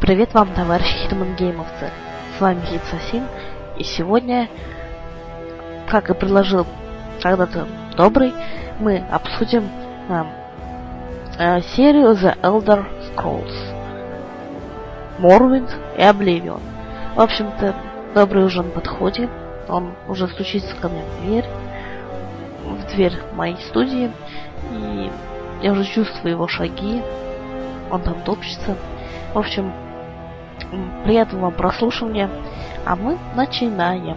Привет вам, товарищи хитман-геймовцы! С вами Хитсасин, и сегодня, как и предложил когда-то Добрый, мы обсудим серию The Elder Scrolls Morrowind и Oblivion. В общем-то, Добрый уже на подходе, он уже стучится ко мне в дверь моей студии, и я уже чувствую его шаги, он там топчется. В общем, приятного вам прослушивания, а мы начинаем.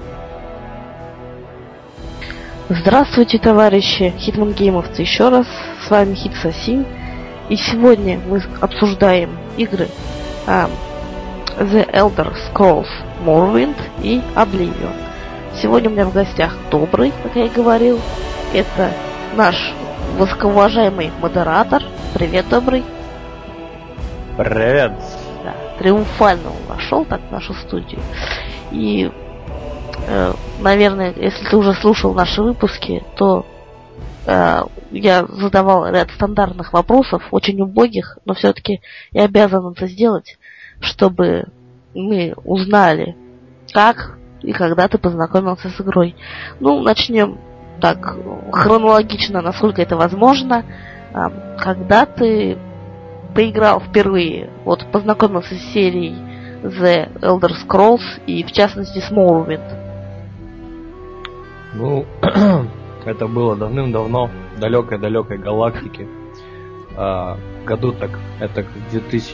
Здравствуйте, товарищи хитман-геймовцы, еще раз, с вами Хитсасин, и сегодня мы обсуждаем игры The Elder Scrolls Morrowind и Oblivion. Сегодня у меня в гостях Добрый, как я и говорил, это наш высокоуважаемый модератор. Привет, Добрый. Привет. Да, триумфально он вошел так в нашу студию. И, наверное, если ты уже слушал наши выпуски, то я задавал ряд стандартных вопросов, очень убогих, но все-таки я обязан это сделать, чтобы мы узнали, как и когда ты познакомился с игрой. Ну, начнем так, хронологично, насколько это возможно. Когда ты поиграл впервые, вот познакомился с серией The Elder Scrolls и в частности с Morrowind? Ну, это было давным-давно, в далекой-далекой галактике. Году так, это в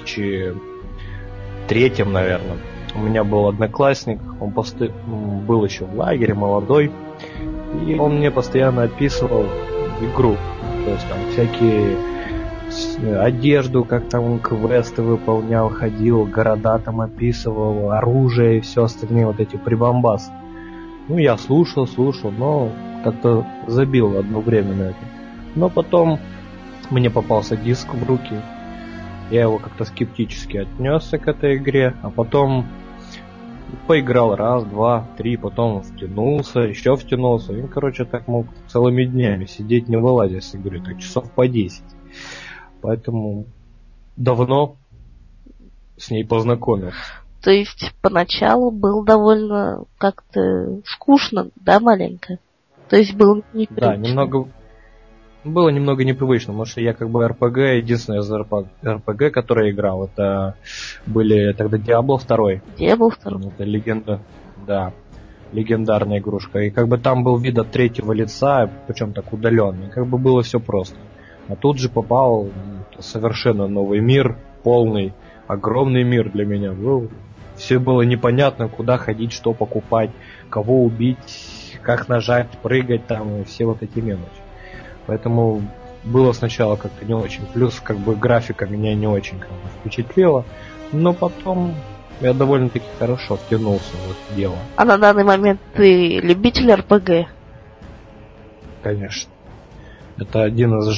2003, наверное. У меня был одноклассник, он был еще в лагере, молодой, и он мне постоянно описывал игру. То есть там всякие одежду, как там квесты выполнял, ходил, города там описывал, оружие и все остальные вот эти прибамбасы. Ну, я слушал, но как-то забил одно время на это. Но потом мне попался диск в руки, я его как-то скептически отнесся к этой игре, а потом поиграл раз, два, три, потом втянулся, еще втянулся. И, короче, так мог целыми днями сидеть, не вылазя с игры, так часов по 10. Поэтому давно с ней познакомился. То есть поначалу был довольно как-то скучно, да, маленько? То есть было непривычно? Да, было немного непривычно, потому что я как бы РПГ, единственное из РПГ, который играл, это были тогда Diablo 2. Diablo 2? Это легенда, да, легендарная игрушка. И как бы там был вид от третьего лица, причем так удаленный, как бы было все просто. А тут же попал в совершенно новый мир, полный, огромный мир для меня. Все было непонятно, куда ходить, что покупать, кого убить, как нажать, прыгать там, и все вот эти мелочи. Поэтому было сначала как-то не очень. Плюс как бы графика меня не очень как бы впечатлила. Но потом я довольно-таки хорошо втянулся в это дело. А на данный момент ты любитель РПГ? Конечно. Это один из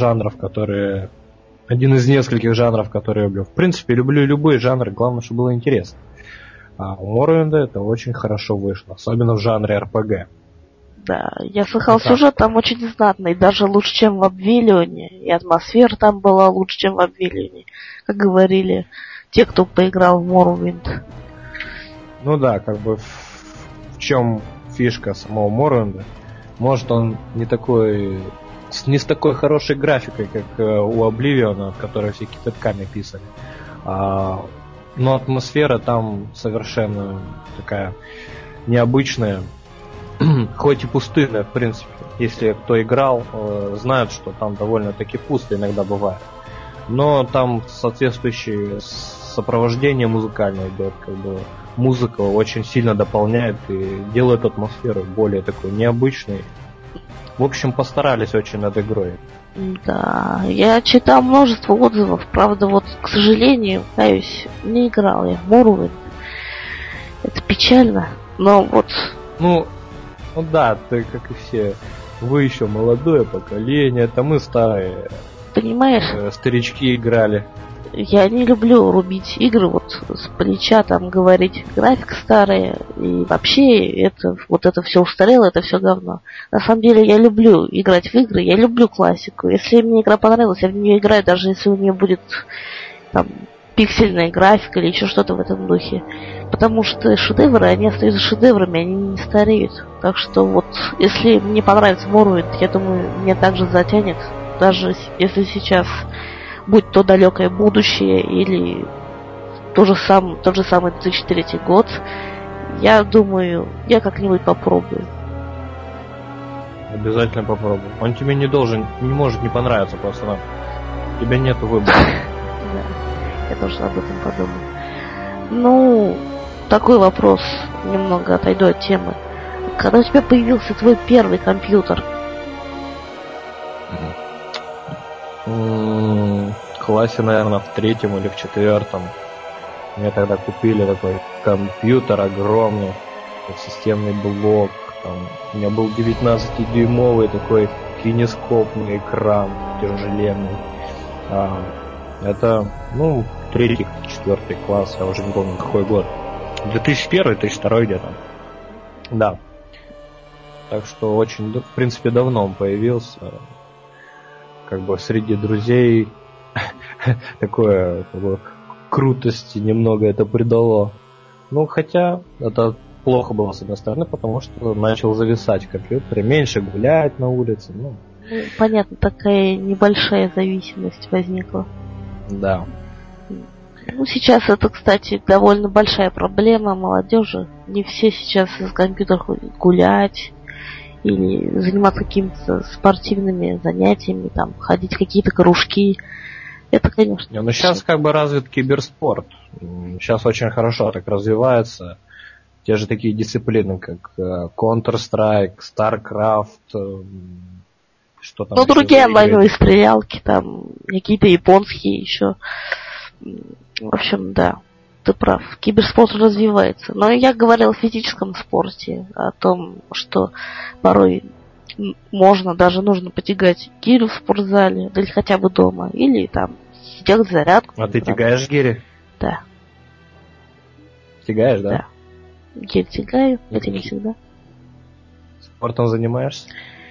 нескольких жанров, которые я люблю. В принципе, люблю любые жанры, главное, чтобы было интересно. А у Morrowind это очень хорошо вышло, особенно в жанре RPG. Да, я слыхал, сюжет там очень знатный, даже лучше, чем в Обвиллионе. И атмосфера там была лучше, чем в Обвиллионе, как говорили те, кто поиграл в Morrowind. Ну да, как бы в чем фишка самого Morrowind? Может, он не с такой хорошей графикой, как у Oblivion, в которой все кипятками писали. Но атмосфера там совершенно такая необычная, хоть и пустынная, в принципе. Если кто играл, знают, что там довольно-таки пусто иногда бывает. Но там соответствующее сопровождение музыкальное идет, как бы музыка очень сильно дополняет и делает атмосферу более такой необычной. В общем, постарались очень над игрой. Да, я читал множество отзывов, правда, вот, к сожалению, каюсь, не играл я в Morrowind. Это печально, но вот... Ну да, ты, как и все, вы еще молодое поколение, это мы старые. Понимаешь? Старички играли. Я не люблю рубить игры вот с плеча, там говорить, графика старая, и вообще это все устарело, это все говно. На самом деле я люблю играть в игры, я люблю классику. Если мне игра понравилась, я в нее играю, даже если у нее будет там пиксельная графика или еще что-то в этом духе. Потому что шедевры, они остаются шедеврами, они не стареют. Так что вот, если мне понравится Morrowind, я думаю, меня также затянет, даже если сейчас, будь то далекое будущее или тот же самый 2003 год, я думаю, я как-нибудь попробую. Обязательно попробуй. Он тебе не может не понравиться просто. У тебя нет выбора. Да, я тоже об этом подумал. Ну, такой вопрос, немного отойду от темы. Когда у тебя появился твой первый компьютер? В классе, наверное, в 3-м или в 4-м. Мне тогда купили такой компьютер огромный, системный блок. Там, у меня был 19-дюймовый такой кинескопный экран, тяжеленный. Это, 3-4 класс, я уже не помню какой год. 2001-2002 где-то. Да. Так что очень, в принципе, давно он появился. Как бы среди друзей такое, крутости немного это придало. Хотя это плохо было с одной стороны, потому что начал зависать в компьютере, меньше гулять на улице. Понятно, такая небольшая зависимость возникла. Да. Сейчас это, кстати, довольно большая проблема молодежи. Не все сейчас из компьютера ходят гулять или заниматься какими-то спортивными занятиями, там, ходить в какие-то кружки. Это, конечно... Но сейчас как бы развит киберспорт. Сейчас очень хорошо так развивается. Те же такие дисциплины, как Counter-Strike, StarCraft, что там. Другие онлайновые стрелялки, там, какие-то японские еще. В общем, да, ты прав. Киберспорт развивается. Но я говорил о физическом спорте, о том, что порой можно, даже нужно потягать гирю в спортзале, или хотя бы дома, или там делать зарядку. А ты тягаешь гири? Да. Тягаешь, да? Да. Гирь тягаю, хотя не всегда. Спортом занимаешься?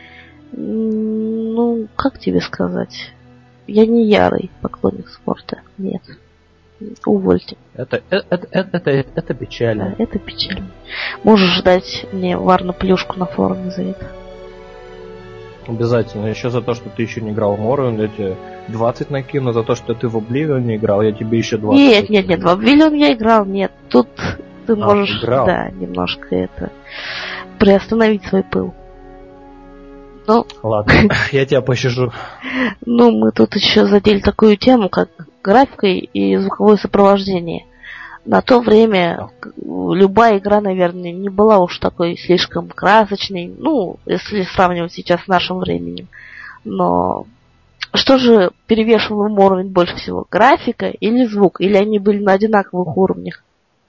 Как тебе сказать? Я не ярый поклонник спорта. Нет. Увольте. Это печально. Да, это печально. Можешь ждать мне варну-плюшку на форуме за это. Обязательно. Еще за то, что ты еще не играл в Morrowind, я тебе 20 накину. За то, что ты в Oblivion не играл, я тебе еще 20. Нет, в Oblivion я играл. Нет, тут ты можешь, играл. Да, немножко это приостановить свой пыл. Ладно, я тебя пощажу. Мы тут еще задели такую тему, как графика и звуковое сопровождение. На то время любая игра, наверное, не была уж такой слишком красочной, если сравнивать сейчас с нашим временем. Но что же перевешивало в Morrowind больше всего? Графика или звук? Или они были на одинаковых уровнях?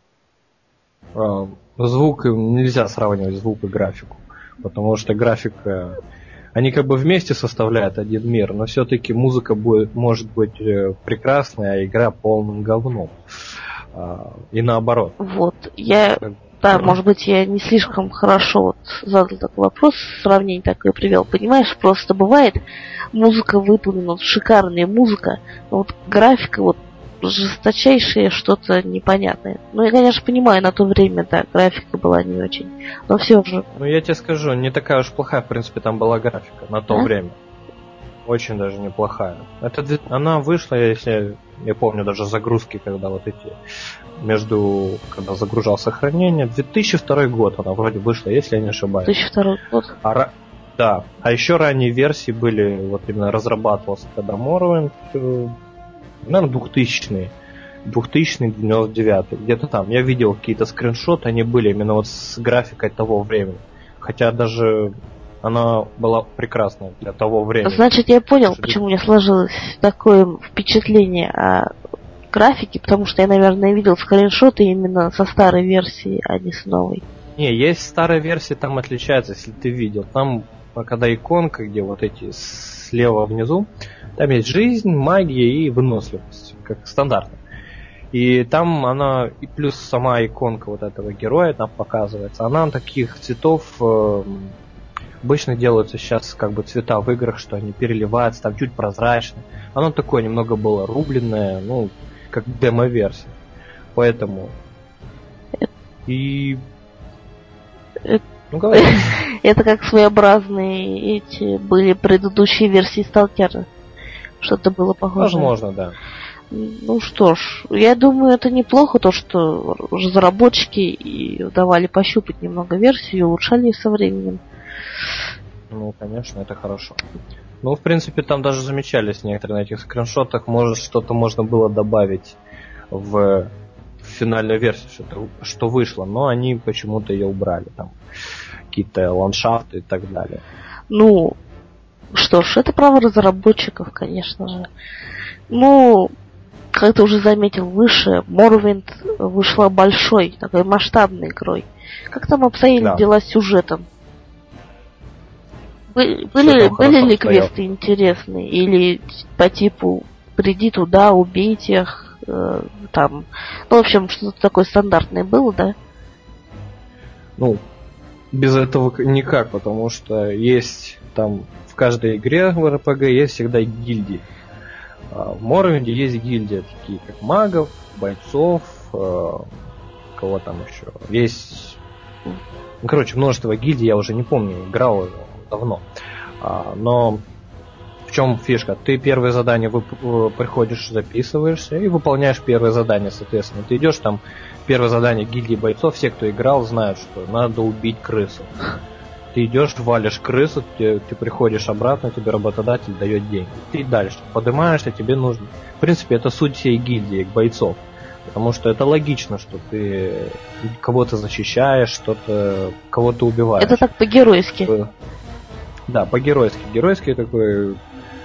Звук нельзя сравнивать, звук и графику. Потому что графика... Они как бы вместе составляют один мир, но все-таки музыка может быть прекрасной, а игра полным говном. И наоборот. Может быть, я не слишком хорошо задал такой вопрос, сравнение такое привел. Понимаешь, просто бывает, музыка выполнена, шикарная музыка, но графика жесточайшее что-то непонятное. Я, конечно, понимаю, на то время, да, графика была не очень. Но все же... я тебе скажу, не такая уж плохая, в принципе, там была графика на то время. Очень даже неплохая. Она вышла, если я помню, даже загрузки, когда когда загружал сохранение, 2002 год она вроде вышла, если я не ошибаюсь. 2002 год? Да. А еще ранние версии были, именно разрабатывался когда Morrowind, наверное, 2000-е. 2000-99, где-то там. Я видел какие-то скриншоты, они были именно с графикой того времени. Хотя даже она была прекрасная для того времени. Значит, я понял, почему мне сложилось такое впечатление о графике, потому что я, наверное, видел скриншоты именно со старой версии, а не с новой. Не, есть старая версия, там отличается, если ты видел. Там, когда иконка, где эти слева внизу, там есть жизнь, магия и выносливость, как стандартно. И там она, и плюс сама иконка этого героя там показывается, она таких цветов обычно делаются сейчас цвета в играх, что они переливаются, там чуть прозрачно. Оно такое немного было рубленное, как демо-версия. Поэтому... И... Ну, говори. Это как своеобразные эти были предыдущие версии Сталкера. Что-то было похоже. Возможно, да. Ну что ж, я думаю, это неплохо, то, что разработчики и давали пощупать немного версию и улучшали ее со временем. Ну, конечно, это хорошо. Ну, в принципе, там даже замечались некоторые на этих скриншотах, может, что-то можно было добавить в финальную версию, что вышло, но они почему-то ее убрали, там какие-то ландшафты и так далее. Ну, что ж, это право разработчиков, конечно же. Ну, как ты уже заметил выше, Morrowind вышла большой, такой масштабной игрой. Как там обстояли дела с сюжетом? Были ли квесты интересные? Или по типу приди туда, убейте их, там... Ну, в общем, что-то такое стандартное было, да? Ну, без этого никак, потому что есть там в каждой игре в РПГ есть всегда гильдии. В Morrowind есть гильдии, такие как магов, бойцов, кого там еще. Есть, ну, короче, множество гильдий, я уже не помню, играл давно. Но в чем фишка? Ты первое задание приходишь, записываешься и выполняешь первое задание, соответственно. Ты идешь там, первое задание гильдии бойцов, все, кто играл, знают, что надо убить крысу. Ты идешь, валишь крысу, ты приходишь обратно, тебе работодатель дает деньги. Ты дальше поднимаешься, тебе нужно... В принципе, это суть всей гильдии бойцов. Потому что это логично, что ты кого-то защищаешь, кого-то убиваешь. Это так по-геройски. Да, по-геройски. Геройский такой...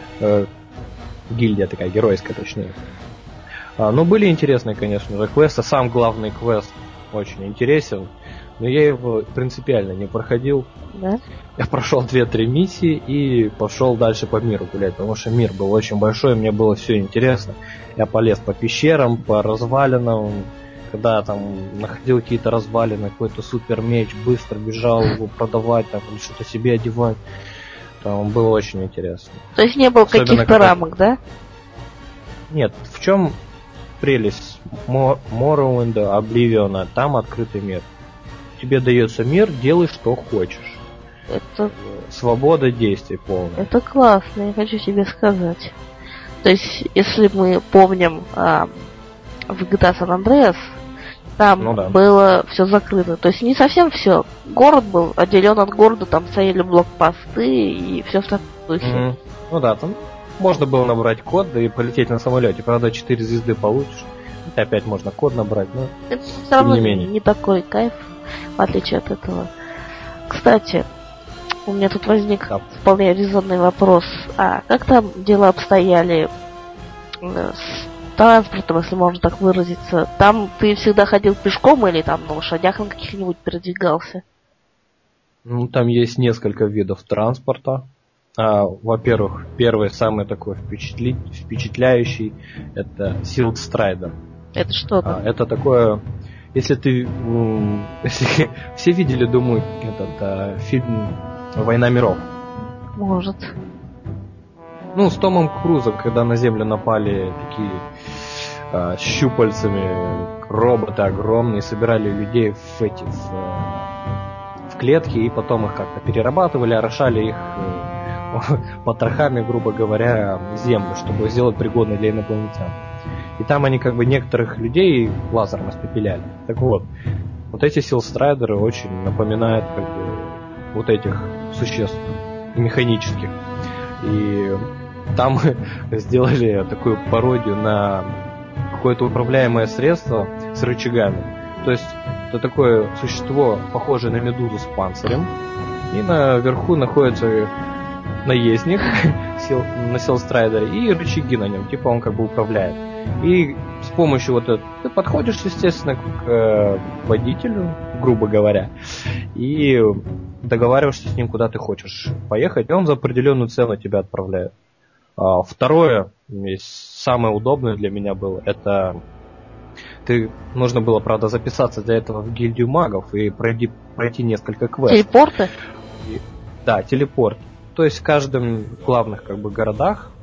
гильдия такая, геройская точнее. Но были интересные, конечно же, квесты. Сам главный квест очень интересен. Но я его принципиально не проходил. Да? Я прошел 2-3 миссии и пошел дальше по миру гулять, потому что мир был очень большой, мне было все интересно. Я полез по пещерам, по развалинам, когда там находил какие-то развалины, какой-то супер меч, быстро бежал его продавать, там, или что-то себе одевать. Там было очень интересно. То есть не было каких-то рамок, да? Нет, в чем прелесть Morrowind'а, Обливиона, там открытый мир. Тебе дается мир, делай что хочешь. Это... Свобода действий полная. Это классно, я хочу тебе сказать. То есть, если мы помним в GTA San Andreas, там было все закрыто. То есть не совсем все. Город был отделен от города, там стояли блокпосты и все в таком духе. Ну да, там можно было набрать код, да и полететь на самолете. Правда, 4 звезды получишь. Это опять можно код набрать, но это все равно не такой кайф, в отличие от этого. Кстати, у меня тут возник вполне резонный вопрос. А как там дела обстояли с транспортом, если можно так выразиться? Там ты всегда ходил пешком или там на лошадях на каких-нибудь передвигался? Ну, там есть несколько видов транспорта. Во-первых, первый, самый такой впечатляющий, это Sealed Strider. Это что-то? Это такое... Если все видели, думаю, этот фильм «Война миров». Может. Ну, с Томом Крузом, когда на Землю напали такие щупальцами роботы огромные, собирали людей в клетки, и потом их как-то перерабатывали, орошали их потрохами, грубо говоря, Землю, чтобы сделать пригодной для инопланетян. И там они как бы некоторых людей лазером испепеляли. Так вот эти силстрайдеры очень напоминают как бы вот этих существ механических. И там сделали такую пародию на какое-то управляемое средство с рычагами. То есть это такое существо, похожее на медузу с панцирем. И наверху находится наездник на силстрайдере и рычаги на нем. Типа он как бы управляет. И с помощью вот этого ты подходишь, естественно, к водителю, грубо говоря, и договариваешься с ним, куда ты хочешь поехать, и он за определенную цену тебя отправляет. Второе, самое удобное для меня было, это нужно было, правда, записаться для этого в гильдию магов и пройти несколько квестов. Телепорты? Да, телепорт. То есть в каждом главных как бы городах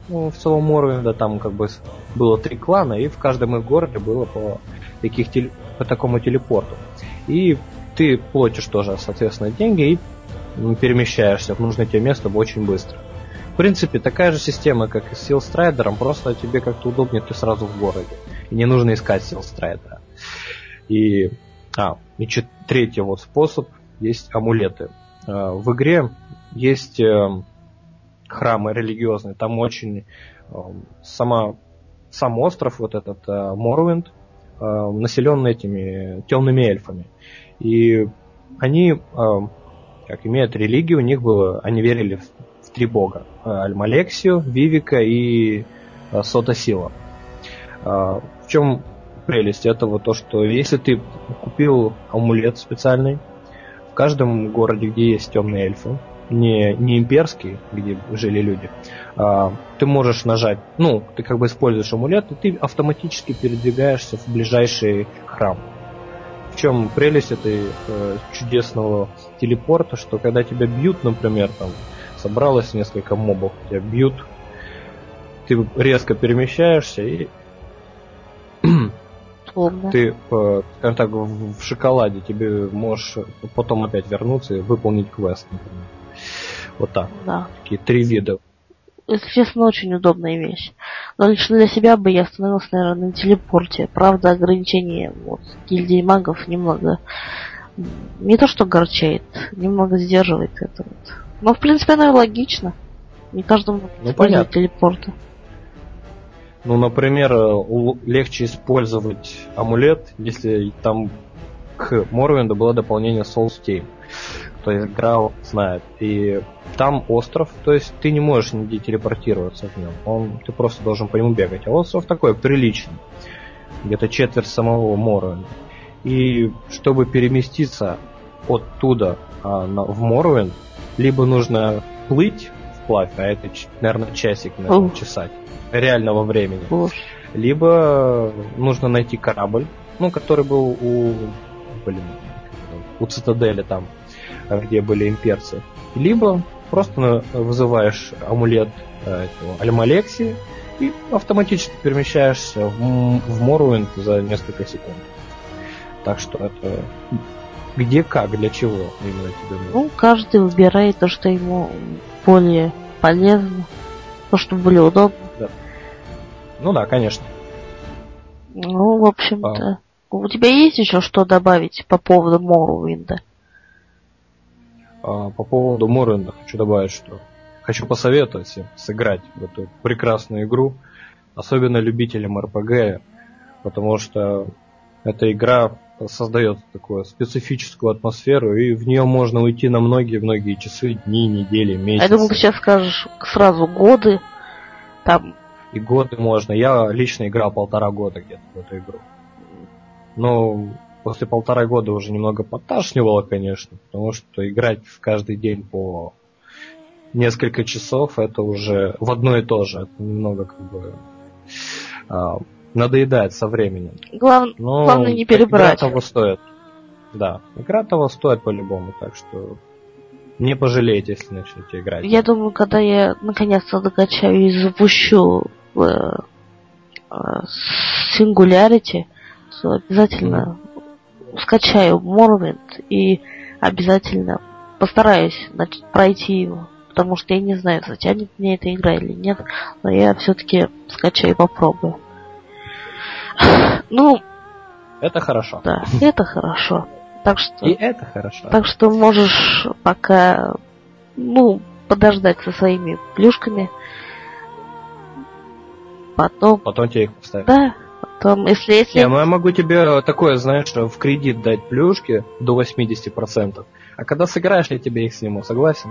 в целом Морвинда там как бы было 3 клана, и в каждом их городе было по такому телепорту. И ты платишь тоже, соответственно, деньги и перемещаешься в нужное тебе место очень быстро. В принципе, такая же система, как и с Силстрайдером, просто тебе как-то удобнее, ты сразу в городе. И не нужно искать Силстрайдера. И третий вот способ, есть амулеты. В игре есть храмы религиозные, там очень сам остров, вот этот Морвинд, населен этими темными эльфами. И они имеют религию, у них было, они верили в 3 бога. Альмалексию, Вивика и Сотосила. В чем прелесть этого? То, что если ты купил амулет специальный, в каждом городе, где есть темные эльфы, не имперский, где жили люди, ты можешь нажать, ты как бы используешь амулет, и ты автоматически передвигаешься в ближайший храм. В чем прелесть этой чудесного телепорта, что когда тебя бьют, например, там собралось несколько мобов, тебя бьют, ты резко перемещаешься и ты, скажем так, в шоколаде тебе можешь потом опять вернуться и выполнить квест, например. Вот так. Да. Такие 3 вида. Если честно, очень удобная вещь. Но лично для себя бы я остановился, наверное, на телепорте. Правда, ограничение гильдии магов немного не то что огорчает, немного сдерживает это вот. Но в принципе оно и логично. Не каждому использовать телепорты. Например, легче использовать амулет, если там к Морвинду было дополнение Soulstone. Кто играл, знает. И там остров, то есть ты не можешь нигде телепортироваться в нем. Ты просто должен по нему бегать. А остров такой приличный. Где-то четверть самого Морвинда. И чтобы переместиться оттуда в Морвинд, либо нужно плыть вплавь, а это, наверное, часик надо чесать реального времени. Либо нужно найти корабль, который был у Цитадели там, где были имперцы. Либо просто вызываешь амулет Альмалексии и автоматически перемещаешься в Морвинд за несколько секунд. Так что это где как, для чего именно тебе нужно. Каждый выбирает то, что ему более полезно, то, что более удобно. Да. Да, конечно. В общем-то. У тебя есть еще что добавить по поводу Морвинда? По поводу Морвинда хочу добавить, что хочу посоветовать всем сыграть в эту прекрасную игру, особенно любителям РПГ, потому что эта игра создает такую специфическую атмосферу, и в нее можно уйти на многие-многие часы, дни, недели, месяцы. Я думаю, ты сейчас скажешь сразу годы. Там. И годы можно. Я лично играл 1,5 года где-то в эту игру. Но после 1,5 года уже немного подташнивало, конечно, потому что играть в каждый день по несколько часов, это уже в одно и то же. Это немного как бы надоедает со временем. Главное не перебрать. Игра того стоит. Да, игра того стоит по-любому, так что не пожалеете, если начнете играть. Я думаю, когда я наконец-то докачаю и запущу Singularity, то обязательно скачаю Morrowind и обязательно постараюсь пройти его. Потому что я не знаю, затянет мне эта игра или нет, но я все-таки скачаю и попробую. Это хорошо. Да, это хорошо. Так что, и это хорошо. Так что можешь пока, подождать со своими плюшками. Потом тебе их поставить. Да, потом, если... Я могу тебе такое, знаешь, в кредит дать плюшки до 80%. А когда сыграешь, я тебе их сниму, согласен?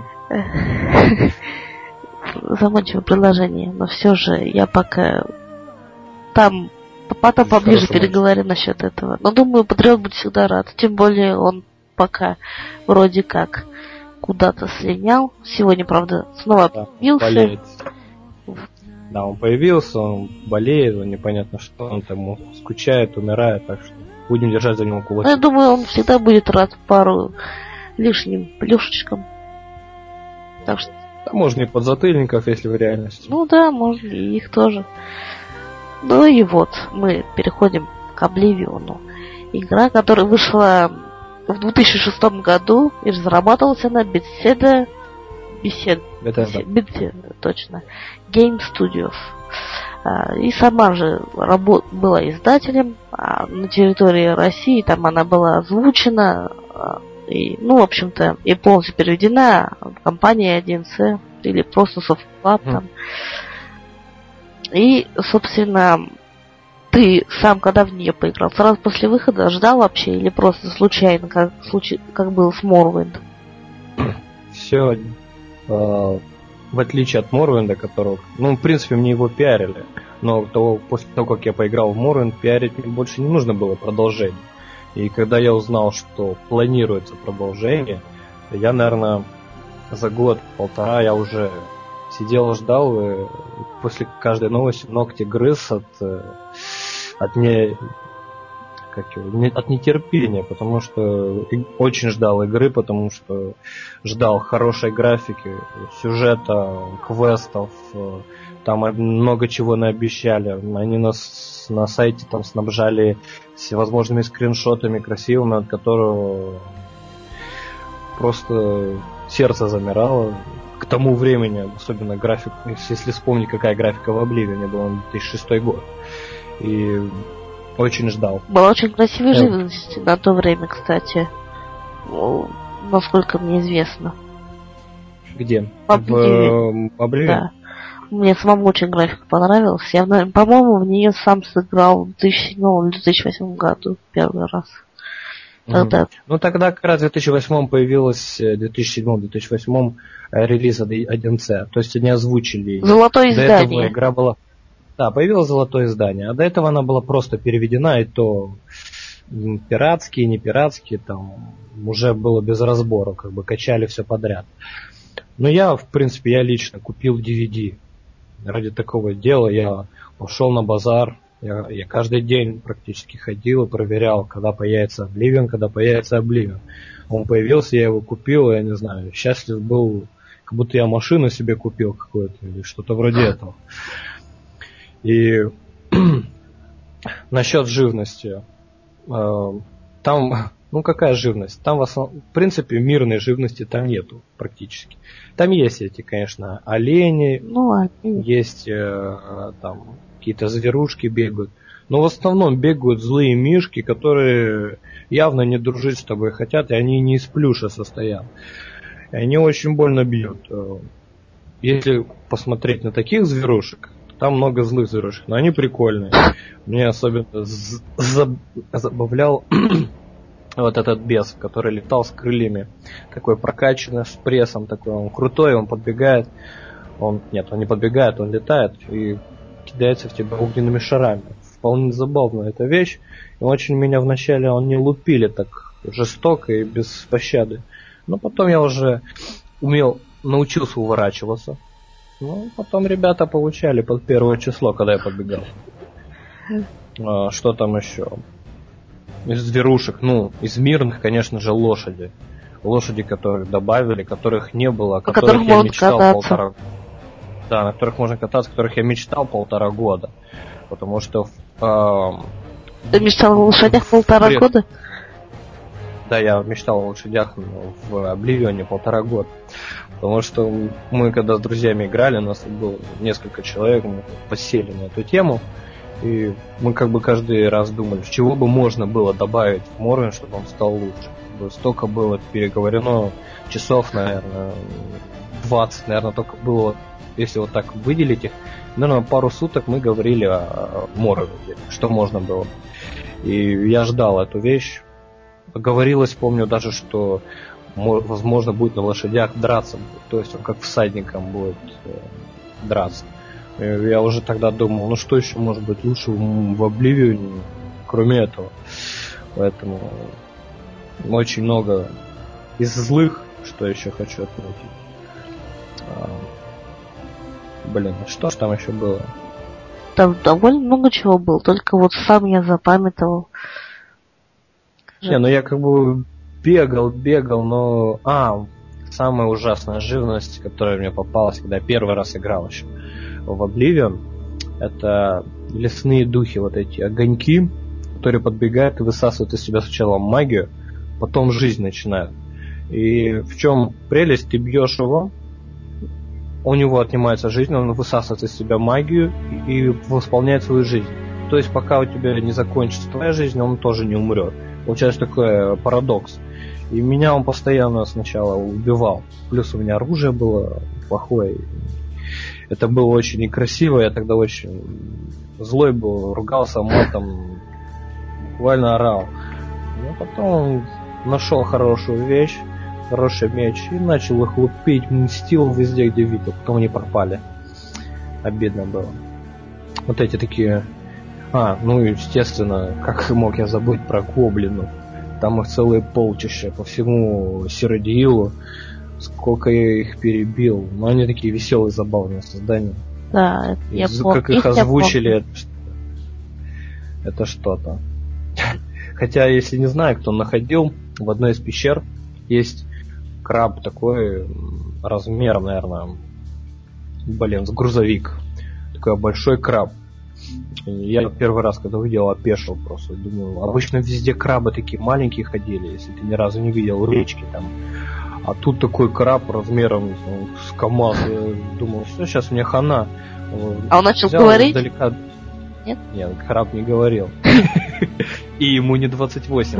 Заманчивое предложение, но все же я пока там потом поближе переговорю насчет этого. Но думаю, Патриот будет всегда рад. Тем более он пока вроде как куда-то слинял. Сегодня, правда, снова появился. Болеет. Да, он появился, он болеет, непонятно что, он там скучает, умирает, так что будем держать за него кулаки. Я думаю, он всегда будет рад пару лишним плюшечкам. Так что Да, можно и подзатыльников, если в реальности. Ну да, можно и их тоже. Ну и вот, мы переходим к Обливиону. Игра, которая вышла в 2006 году и разрабатывалась она Bethesda, точно, Game Studios. И сама же была издателем, на территории России там она была озвучена, и, ну, в общем-то, и полностью переведена в компании 1С или просто Softclub там. И, собственно, ты сам когда в нее поиграл? Сразу после выхода ждал вообще или просто случайно, как было с Morrowind? Все, в отличие от Morrowind, которого, ну, в принципе, мне его пиарили, но после того, как я поиграл в Morrowind, пиарить мне больше не нужно было продолжение. И когда я узнал, что планируется продолжение, я, наверное, за год-полтора я уже сидел, ждал, и после каждой новости ногти грыз от нетерпения, потому что очень ждал игры, потому что ждал хорошей графики, сюжета, квестов, там много чего наобещали. Они нас на сайте там снабжали всевозможными скриншотами красивыми, от которого просто сердце замирало. К тому времени, особенно график, если вспомнить, какая графика в Обливионе была, 2006 год. И очень ждал. Была очень красивая живность на то время, кстати. Насколько мне известно. Где? В Обливионе? Да. Мне самому очень графика понравилась. Я, по-моему, в нее сам сыграл в 2007-2008 году первый раз. Тогда. Ну, тогда как раз в 2008 появилась, в 2007-2008 релиз 1С. То есть они озвучили. Золотое издание. До этого игра была... Да, появилось золотое издание. А до этого она была просто переведена, и то пиратские, не пиратские, там уже было без разбора, как бы качали все подряд. Но я, в принципе, я лично купил DVD. Ради такого дела я пошел на базар. Я каждый день практически ходил и проверял, когда появится Обливион. Он появился, я его купил, я не знаю, счастлив был, как будто я машину себе купил какую-то или что-то вроде этого. И насчет живности. Там, ну какая живность? Там в принципе мирной живности там нету практически. Там есть эти, конечно, олени, есть там какие-то зверушки бегают. Но в основном бегают злые мишки, которые явно не дружить с тобой хотят, и они не из плюша состоят. И они очень больно бьют. Если посмотреть на таких зверушек, там много злых зверушек, но они прикольные. Мне особенно забавлял вот этот бес, который летал с крыльями. Такой прокачанный, с прессом такой. Он крутой, он подбегает. Он не подбегает, он летает и кидается в тебя огненными шарами. Вполне забавная эта вещь. И очень меня вначале он не лупили так жестоко и без пощады. Но потом я уже научился уворачиваться. Ну, потом ребята получали под первое число, когда я подбегал. Что там еще? Из зверушек, из мирных, конечно же, лошади. Лошади, которых добавили, которых не было, о которых я мечтал полтора года. Да, на которых можно кататься, которых я мечтал 1,5 года. Потому что... Ты мечтал о лошадях 1,5 года? Да, я мечтал о лошадях в Обливионе 1,5 года. Потому что мы, когда с друзьями играли, у нас было несколько человек, мы посели на эту тему. И мы как бы каждый раз думали, с чего бы можно было добавить в Morrowind, чтобы он стал лучше. Столько было переговорено, часов, наверное, 20, наверное, только было, если вот так выделить их. Наверное, пару суток мы говорили о Morrowind, что можно было. И я ждал эту вещь. Говорилось, помню даже, что возможно будет на лошадях драться. То есть он как всадником будет драться. Я уже тогда думал, что еще может быть лучше в Обливионе, кроме этого. Поэтому очень много из злых, что еще хочу отметить. Что ж там еще было? Там довольно много чего было, только вот сам я запамятовал. Я как бы бегал, но... самая ужасная живность, которая мне попалась, когда я первый раз играл еще в Oblivion, это лесные духи, вот эти огоньки, которые подбегают и высасывают из себя сначала магию, потом жизнь начинают. И в чем прелесть? Ты бьешь его, у него отнимается жизнь, он высасывает из себя магию и восполняет свою жизнь. То есть пока у тебя не закончится твоя жизнь, он тоже не умрет. Получается такой парадокс. И меня он постоянно сначала убивал. Плюс у меня оружие было плохое. Это было очень некрасиво. Я тогда очень злой был, ругался матом, буквально орал. Но потом нашел хорошую вещь, хороший меч и начал их лупить, мстил везде, где видел. Потом они пропали. Обидно было. Вот эти такие... ну естественно, как мог я забыть про гоблинов. Там их целые полчища по всему Сиродиилу. Сколько я их перебил. Но они такие веселые, забавные создания. Да, я помню. Как их озвучили, это что-то. Хотя, если не знаю, кто находил, в одной из пещер есть краб такой размером, наверное, с грузовик. Такой большой краб. Я первый раз, когда увидел, опешил просто. Думаю, обычно везде крабы такие маленькие ходили, если ты ни разу не видел речки там. А тут такой краб размером с КамАЗ. Я думал, что сейчас мне хана. А он начал говорить? Издалека... Нет? Нет, краб не говорил. И ему не 28.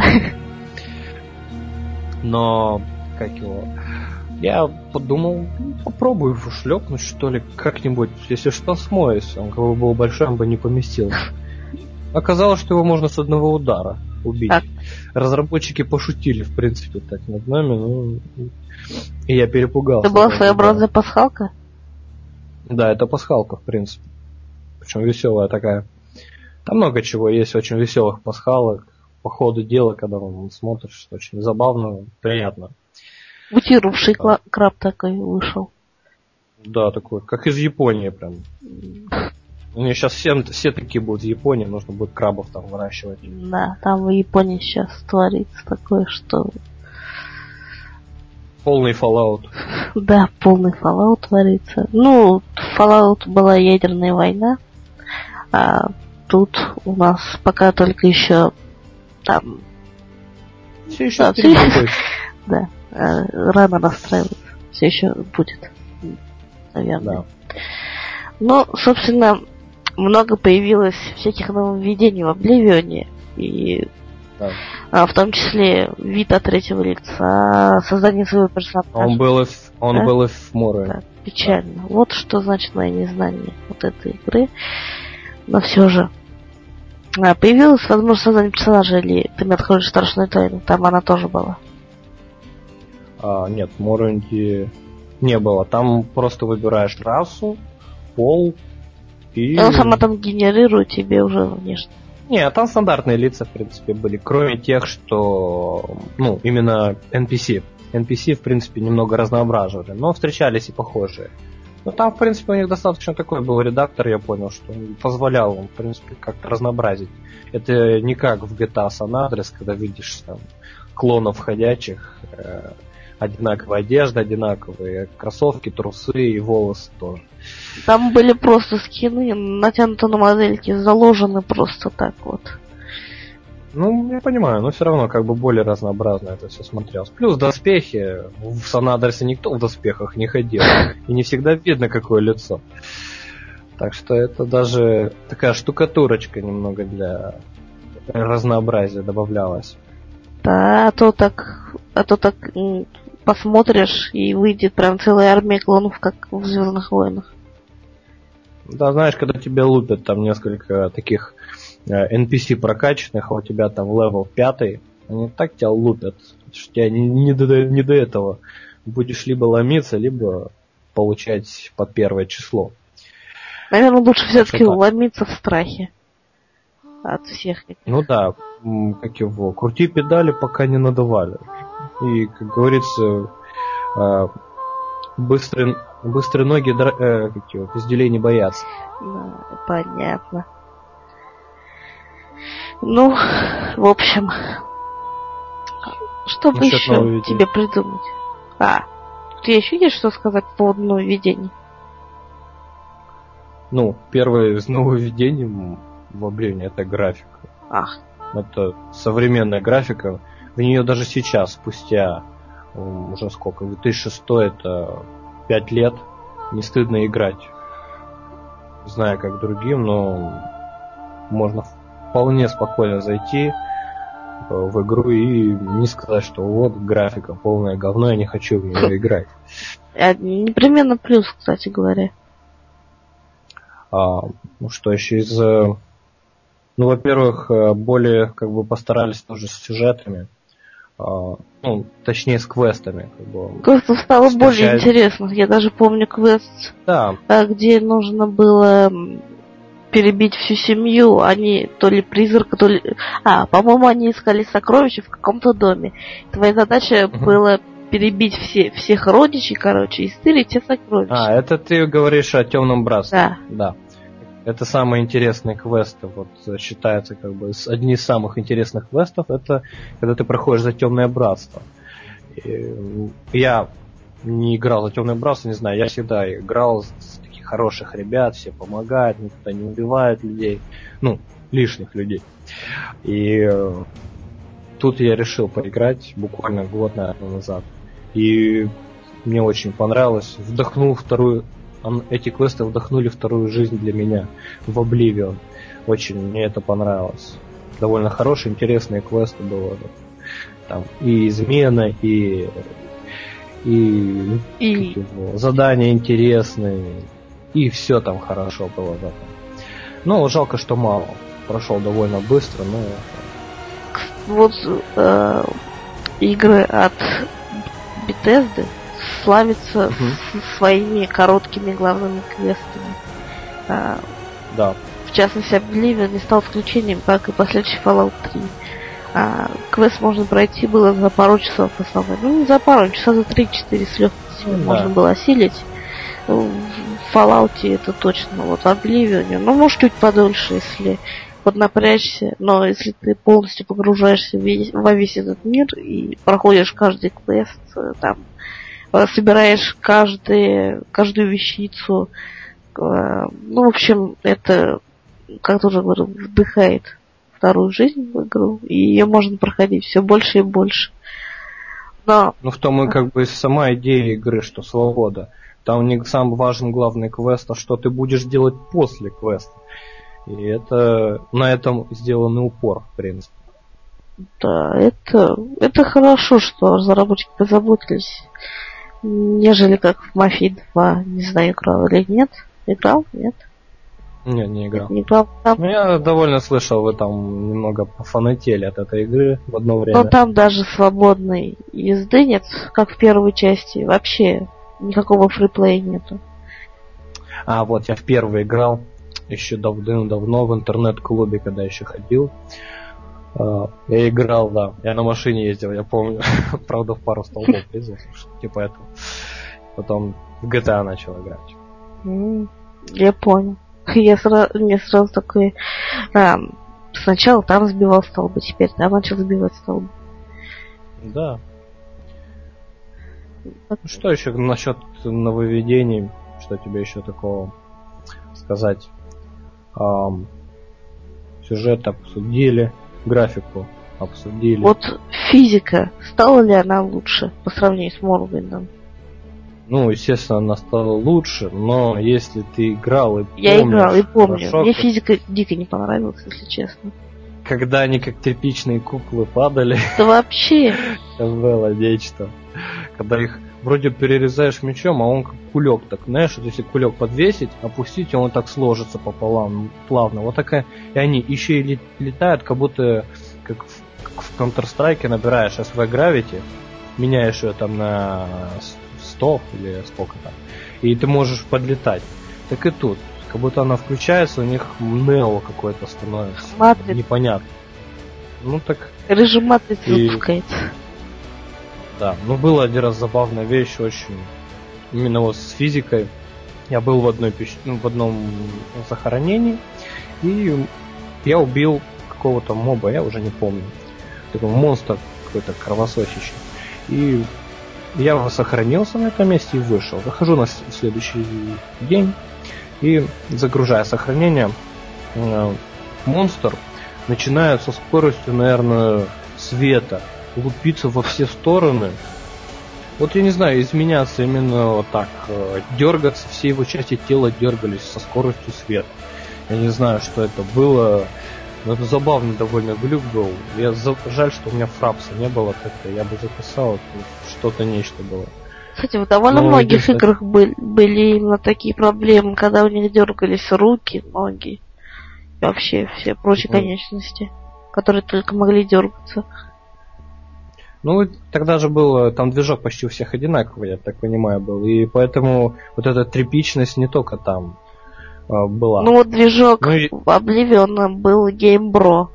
Но, как его... Я подумал, попробую его шлепнуть, что ли, как-нибудь, если что, смоюсь. Он как бы был большой, он бы не поместился. Оказалось, что его можно с одного удара убить. Так. Разработчики пошутили, в принципе, так над нами, и я перепугался. Это была своеобразная пасхалка? Да, это пасхалка, в принципе. Причем веселая такая. Там много чего есть, очень веселых пасхалок. По ходу дела, когда смотришь, очень забавно, приятно. Мутировавший краб такой вышел. Да, такой, как из Японии прям. У меня сейчас все такие будут в Японии, нужно будет крабов там выращивать. Да, там в Японии сейчас творится такое, что... Полный Fallout. Да, полный Fallout творится. Ну, в Fallout была ядерная война, а тут у нас пока только еще там... Все еще впереди. Да, рано расстраиваться. Все еще будет, наверное. Да. Но, собственно, много появилось всяких нововведений в Обливионе. И в том числе вид от третьего лица, создание своего персонажа. Он был и в Море. Да, печально. Да. Вот что значит мое незнание вот этой игры. Но все же. Появилась возможность создания персонажа, или ты мне откроешь страшную тайну? Там она тоже была. Нет, в Моренде не было. Там просто выбираешь расу, пол и... Он сама там генерирует тебе уже внешне. Не, там стандартные лица, в принципе, были. Кроме тех, что... именно NPC. NPC, в принципе, немного разноображивали. Но встречались и похожие. Но там, в принципе, у них достаточно такой был редактор, я понял, что он позволял, в принципе, как-то разнообразить. Это не как в GTA San Andreas, когда видишь там клонов ходячих, одинаковая одежда, одинаковые кроссовки, трусы и волосы тоже. Там были просто скины, натянуты на модельки, заложены просто так вот. Я понимаю, но все равно как бы более разнообразно это все смотрелось. Плюс доспехи. В Сан-Андресе никто в доспехах не ходил. И не всегда видно, какое лицо. Так что это даже такая штукатурочка немного для разнообразия добавлялась. Да, а то так посмотришь, и выйдет прям целая армия клонов, как в Звездных войнах. Да, знаешь, когда тебя лупят там несколько таких NPC прокачанных, а у тебя там левел 5, они так тебя лупят, что тебя не до этого. Будешь либо ломиться, либо получать по первое число. Наверное, лучше все-таки ломиться в страхе от всех. Да, как его, крути педали, пока не надавали. И, как говорится, быстрые ноги пизделей не боятся. Да, понятно. В общем, что бы еще тебе придумать? тебе еще есть что сказать по поводу нововведений? Ну, первое из нововведений в Обливионе — это графика. Ах. Это современная графика. В нее даже сейчас, спустя уже сколько, 2006, это 5 лет, не стыдно играть. Знаю, как другим, но можно вполне спокойно зайти в игру и не сказать, что вот графика полное говно, я не хочу в нее играть. Непременно плюс, кстати говоря. Что еще из... Ну, во-первых, более как бы постарались тоже с сюжетами. Ну, точнее, с квестами. Как бы, квестов стало более интересно. Я даже помню квест, да, где нужно было перебить всю семью. Они то ли призрака, то ли... по-моему, они искали сокровища в каком-то доме. Твоя задача была перебить всех родичей, короче, и стырить все сокровища. Это ты говоришь о Темном братстве. Да. Это самые интересные квесты. Вот считается как бы одни из самых интересных квестов, это когда ты проходишь за Темное братство. Я не играл за Темное братство, не знаю, я всегда играл с таких хороших ребят, все помогают, никто не убивает людей, ну, лишних людей. И тут я решил поиграть буквально год, наверное, назад. И мне очень понравилось. Эти квесты вдохнули вторую жизнь для меня в Обливион. Очень мне это понравилось. Довольно хорошие, интересные квесты было. Там и измена, и задания интересные, и все там хорошо было в этом. Но жалко, что мало. Прошел довольно быстро, но... Вот игры от Bethesda славятся своими короткими главными квестами. Да. В частности, Oblivion не стал исключением, как и последующий Fallout 3. Квест можно пройти было за пару часов основной. Ну, не за пару, часа за 3-4 с легкостью можно было осилить. В Fallout это точно. Вот в Oblivion, ну, может, чуть подольше, если поднапрячься, но если ты полностью погружаешься во весь этот мир и проходишь каждый квест, там, собираешь каждую вещицу, ну, в общем, это, как тоже говорю, вдыхает вторую жизнь в игру, и ее можно проходить все больше и больше. Но... Ну, в том и как бы сама идея игры, что свобода. Там не самый важный главный квест, а что ты будешь делать после квеста. И это на этом сделанный упор, в принципе. Да, это хорошо, что разработчики позаботились. Нежели как в Mafia 2, не знаю, играл или нет. Играл? Нет? Нет, не играл. Не играл. Там... Ну, я довольно слышал, вы там немного пофанатели от этой игры в одно время. Но там даже свободной езды нет, как в первой части. Вообще никакого фриплея нету. Вот я в первый играл еще давно в интернет-клубе, когда еще ходил. Я играл, да. Я на машине ездил, я помню. Правда, в пару столбов ездил, типа этого. Потом в GTA начал играть. Я понял. Мне сразу такой... сначала там сбивал столбы, теперь там начал сбивать столбы. Да. Что еще насчет нововведений? Что тебе еще такого сказать? Сюжет обсудили, графику обсудили. Вот физика, стала ли она лучше по сравнению с Морвиндом? Ну, естественно, она стала лучше, но если ты играл и помнишь... Я играл и помню. Хорошо, мне физика дико не понравилась, если честно. Когда они как тряпичные куклы падали... Да вообще! Это было нечто. Когда их вроде перерезаешь мечом, а он как кулек, так, знаешь, вот если кулек подвесить, опустить, и он так сложится пополам, плавно. Вот такая. И они еще и летают, как будто как в Counter-Strike набираешь SV Gravity, меняешь ее там на 100 или сколько там, и ты можешь подлетать. Так и тут. Как будто она включается, у них Нео какой-то становится. Матрица. Непонятно. Ну так... Режим матрицы запускается. Да, ну была один раз забавная вещь, очень именно вот с физикой. Я был в одном захоронении, и я убил какого-то моба, я уже не помню. Такой монстр какой-то кровососящий. И я его сохранился на этом месте и вышел. Захожу на следующий день и, загружая сохранение, монстр начинает со скоростью, наверное, света лупиться во все стороны. Вот я не знаю, изменяться именно вот так, дергаться, все его части тела дергались со скоростью света. Я не знаю, что это было, но это забавный довольно глюк был. Жаль, что у меня фрапса не было как-то, я бы записал, что-то нечто было. Кстати, в довольно многих играх были именно такие проблемы, когда у них дергались руки, ноги, и вообще все прочие конечности, которые только могли дергаться. Ну, тогда же был, там движок почти у всех одинаковый, я так понимаю, был. И поэтому вот эта тряпичность не только там была. Ну, вот движок в Oblivion был GameBro.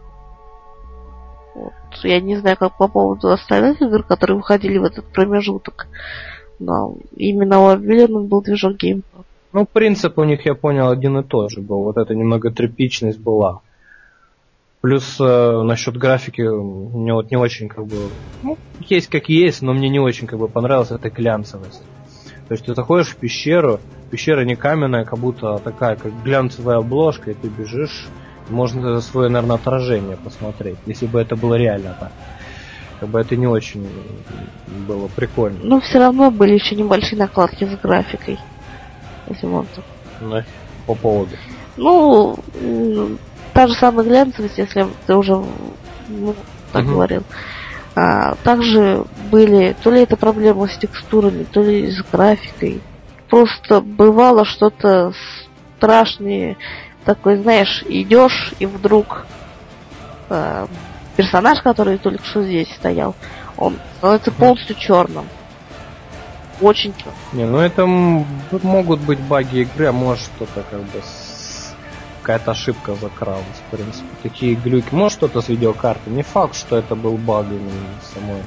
Вот. Я не знаю, как по поводу остальных игр, которые выходили в этот промежуток. Но именно у Oblivion был движок GameBro. Ну, принцип у них, я понял, один и тот же был. Вот эта немного тряпичность была. Плюс насчет графики мне вот не очень как бы... Ну, есть как есть, но мне не очень как бы понравилась эта глянцевость. То есть ты заходишь в пещера не каменная, как будто такая, как глянцевая обложка, и ты бежишь, можно свое, наверное, отражение посмотреть, если бы это было реально так. Как бы это не очень было прикольно. Но все равно были еще небольшие накладки с графикой. Если можно. По поводу. Ну, та же самая глянцевость, если ты уже так говорил. Также были то ли это проблема с текстурами, то ли с графикой. Просто бывало что-то страшное. Такой, знаешь, идешь, и вдруг персонаж, который только что здесь стоял, он становится полностью черным. Очень черным. Не, ну это могут быть баги игры, а может что-то как бы какая-то ошибка закралась, в принципе. Такие глюки. Может что-то с видеокарты. Не факт, что это был баг именно в самой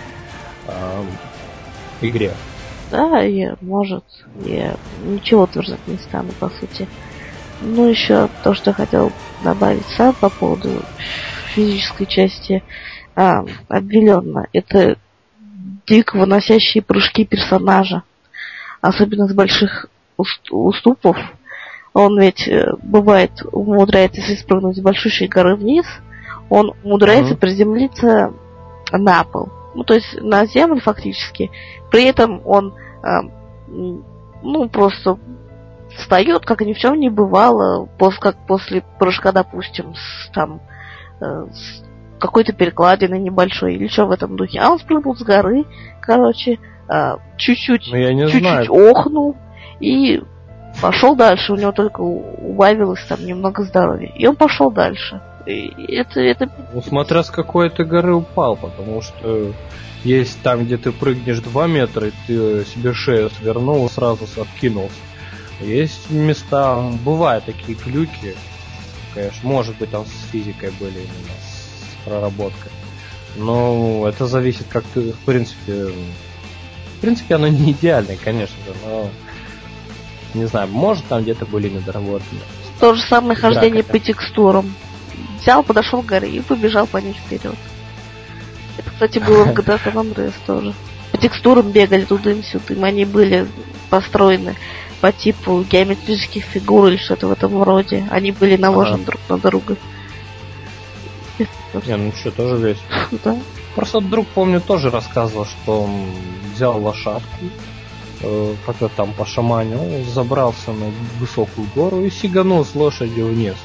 игре. Да, может. Я ничего утверждать не стану, по сути. Ну, еще то, что я хотел добавить сам по поводу физической части Oblivion. Это дико выносящие прыжки персонажа. Особенно с больших уступов. Он ведь, бывает, умудряется, если спрыгнуть с большущей горы вниз, он умудряется приземлиться на пол. Ну, то есть на землю фактически. При этом он, просто встает, как ни в чем не бывало, как после прыжка, допустим, с какой-то перекладины небольшой или что в этом духе. А он спрыгнул с горы, чуть-чуть охнул и пошел дальше. У него только убавилось там немного здоровья. И он пошел дальше. И это... Ну, смотря с какой ты горы упал, потому что есть там, где ты прыгнешь 2 метра, и ты себе шею свернул и сразу откинулся. Есть места, бывают такие глюки, конечно, может быть там с физикой были именно, с проработкой. Но это зависит, как ты, в принципе, оно не идеальное, конечно же, но не знаю, может там где-то были недоработаны. То же самое хождение по текстурам. Взял, подошел к горе и побежал по ней вперед. Это, кстати, было в GTA San Andreas тоже. По текстурам бегали тудым-сюдым. Они были построены по типу геометрических фигур или что-то в этом роде. Они были наложены друг на друга. Не, ну что, тоже весело. Да. Просто друг, помню, тоже рассказывал, что он взял лошадку, как-то там пошаманил, забрался на высокую гору и сиганул с лошадью вниз.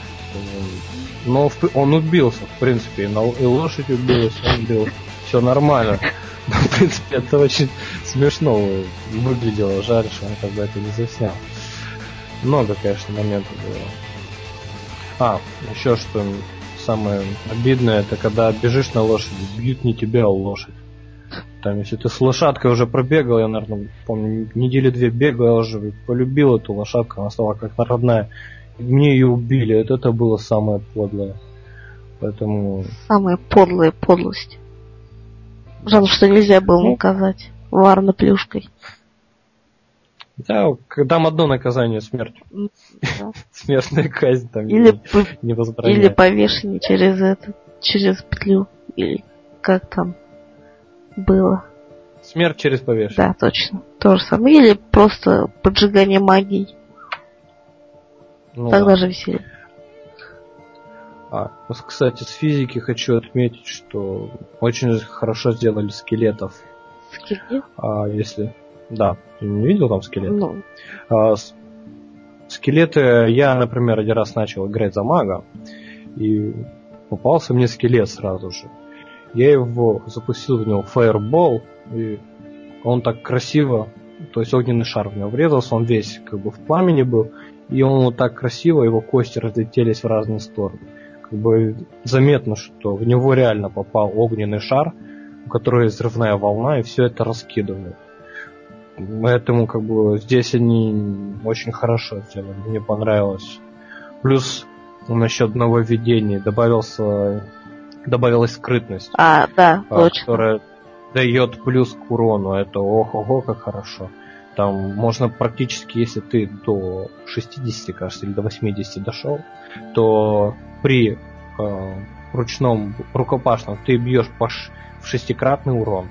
Но он убился, в принципе, и лошадь убилась, он убился. Все нормально. Но, в принципе, это очень смешно выглядело. Жаль, что он тогда это не заснял. Много, конечно, моментов было. Еще что самое обидное, это когда бежишь на лошади, бьют не тебя, а лошадь. Там, если ты с лошадкой уже пробегал, я, наверное, помню, недели 2 бегал, я уже полюбил эту лошадку, она стала как родная. Мне ее убили, это было самое подлое. Поэтому... Самая подлая подлость. Жаль, что нельзя было наказать варно плюшкой. Да, там одно наказание — смерть. Да. Смертная казнь там не возбраняется. Или повешение через петлю. Или как там было. Смерть через повешение. Да, точно. То же самое. Или просто поджигание магией. Ну, Тогда да. же веселье. Кстати, с физики хочу отметить, что очень хорошо сделали скелетов. Скелет? Если... Да, ты не видел там скелет? Ну. Скелеты... Я, например, один раз начал играть за мага, и попался мне скелет сразу же. Я его запустил в него фаербол, и он так красиво, то есть огненный шар в него врезался, он весь как бы в пламени был, и он вот так красиво, его кости разлетелись в разные стороны. Как бы заметно, что в него реально попал огненный шар, у которого есть взрывная волна, и все это раскидывает. Поэтому как бы здесь они очень хорошо сделали, мне понравилось. Плюс насчет нововведений добавилась скрытность. Да, точно. Которая дает плюс к урону. Это ого-го, как хорошо. Там можно практически, если ты до 60, кажется, или до 80 дошел, то при ручном рукопашном ты бьешь в шестикратный урон,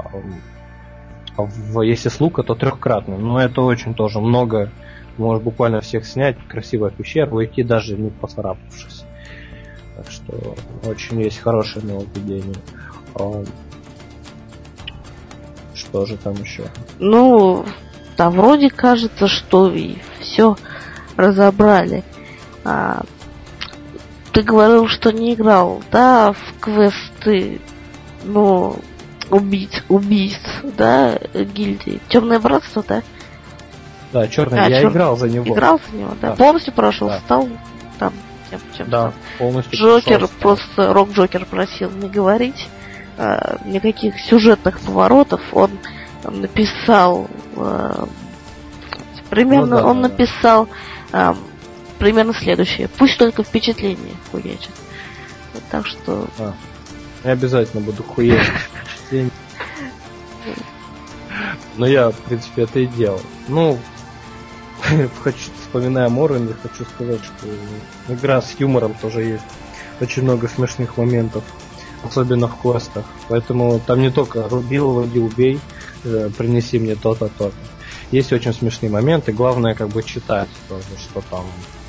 если с лука, то трехкратный. Но это очень тоже много. Можешь буквально всех снять, красивая пещера, уйти даже не поцарапавшись. Так что очень есть хорошее нововведение. Что же там еще? Ну, да, вроде кажется, что и все разобрали. Ты говорил, что не играл, да, в квесты, ну, убийц, да, гильдии. Темное братство, да? Да, черное. Я играл за него. Играл за него, да. Полностью прошел, да. Стал там чем да, полностью. Джокер прошел, просто Рок-Джокер просил не говорить никаких сюжетных поворотов. Он написал примерно, написал примерно следующее: пусть только впечатление хуячит. Так что я обязательно буду хуячить впечатление. Но я, в принципе, это и делал. Ну, вспоминая Morrowind, хочу сказать, что игра с юмором тоже есть. Очень много смешных моментов, особенно в квестах. Поэтому там не только руби, лови, убей, принеси мне то-то, то-то. Есть очень смешные моменты, главное как бы читать тоже, что там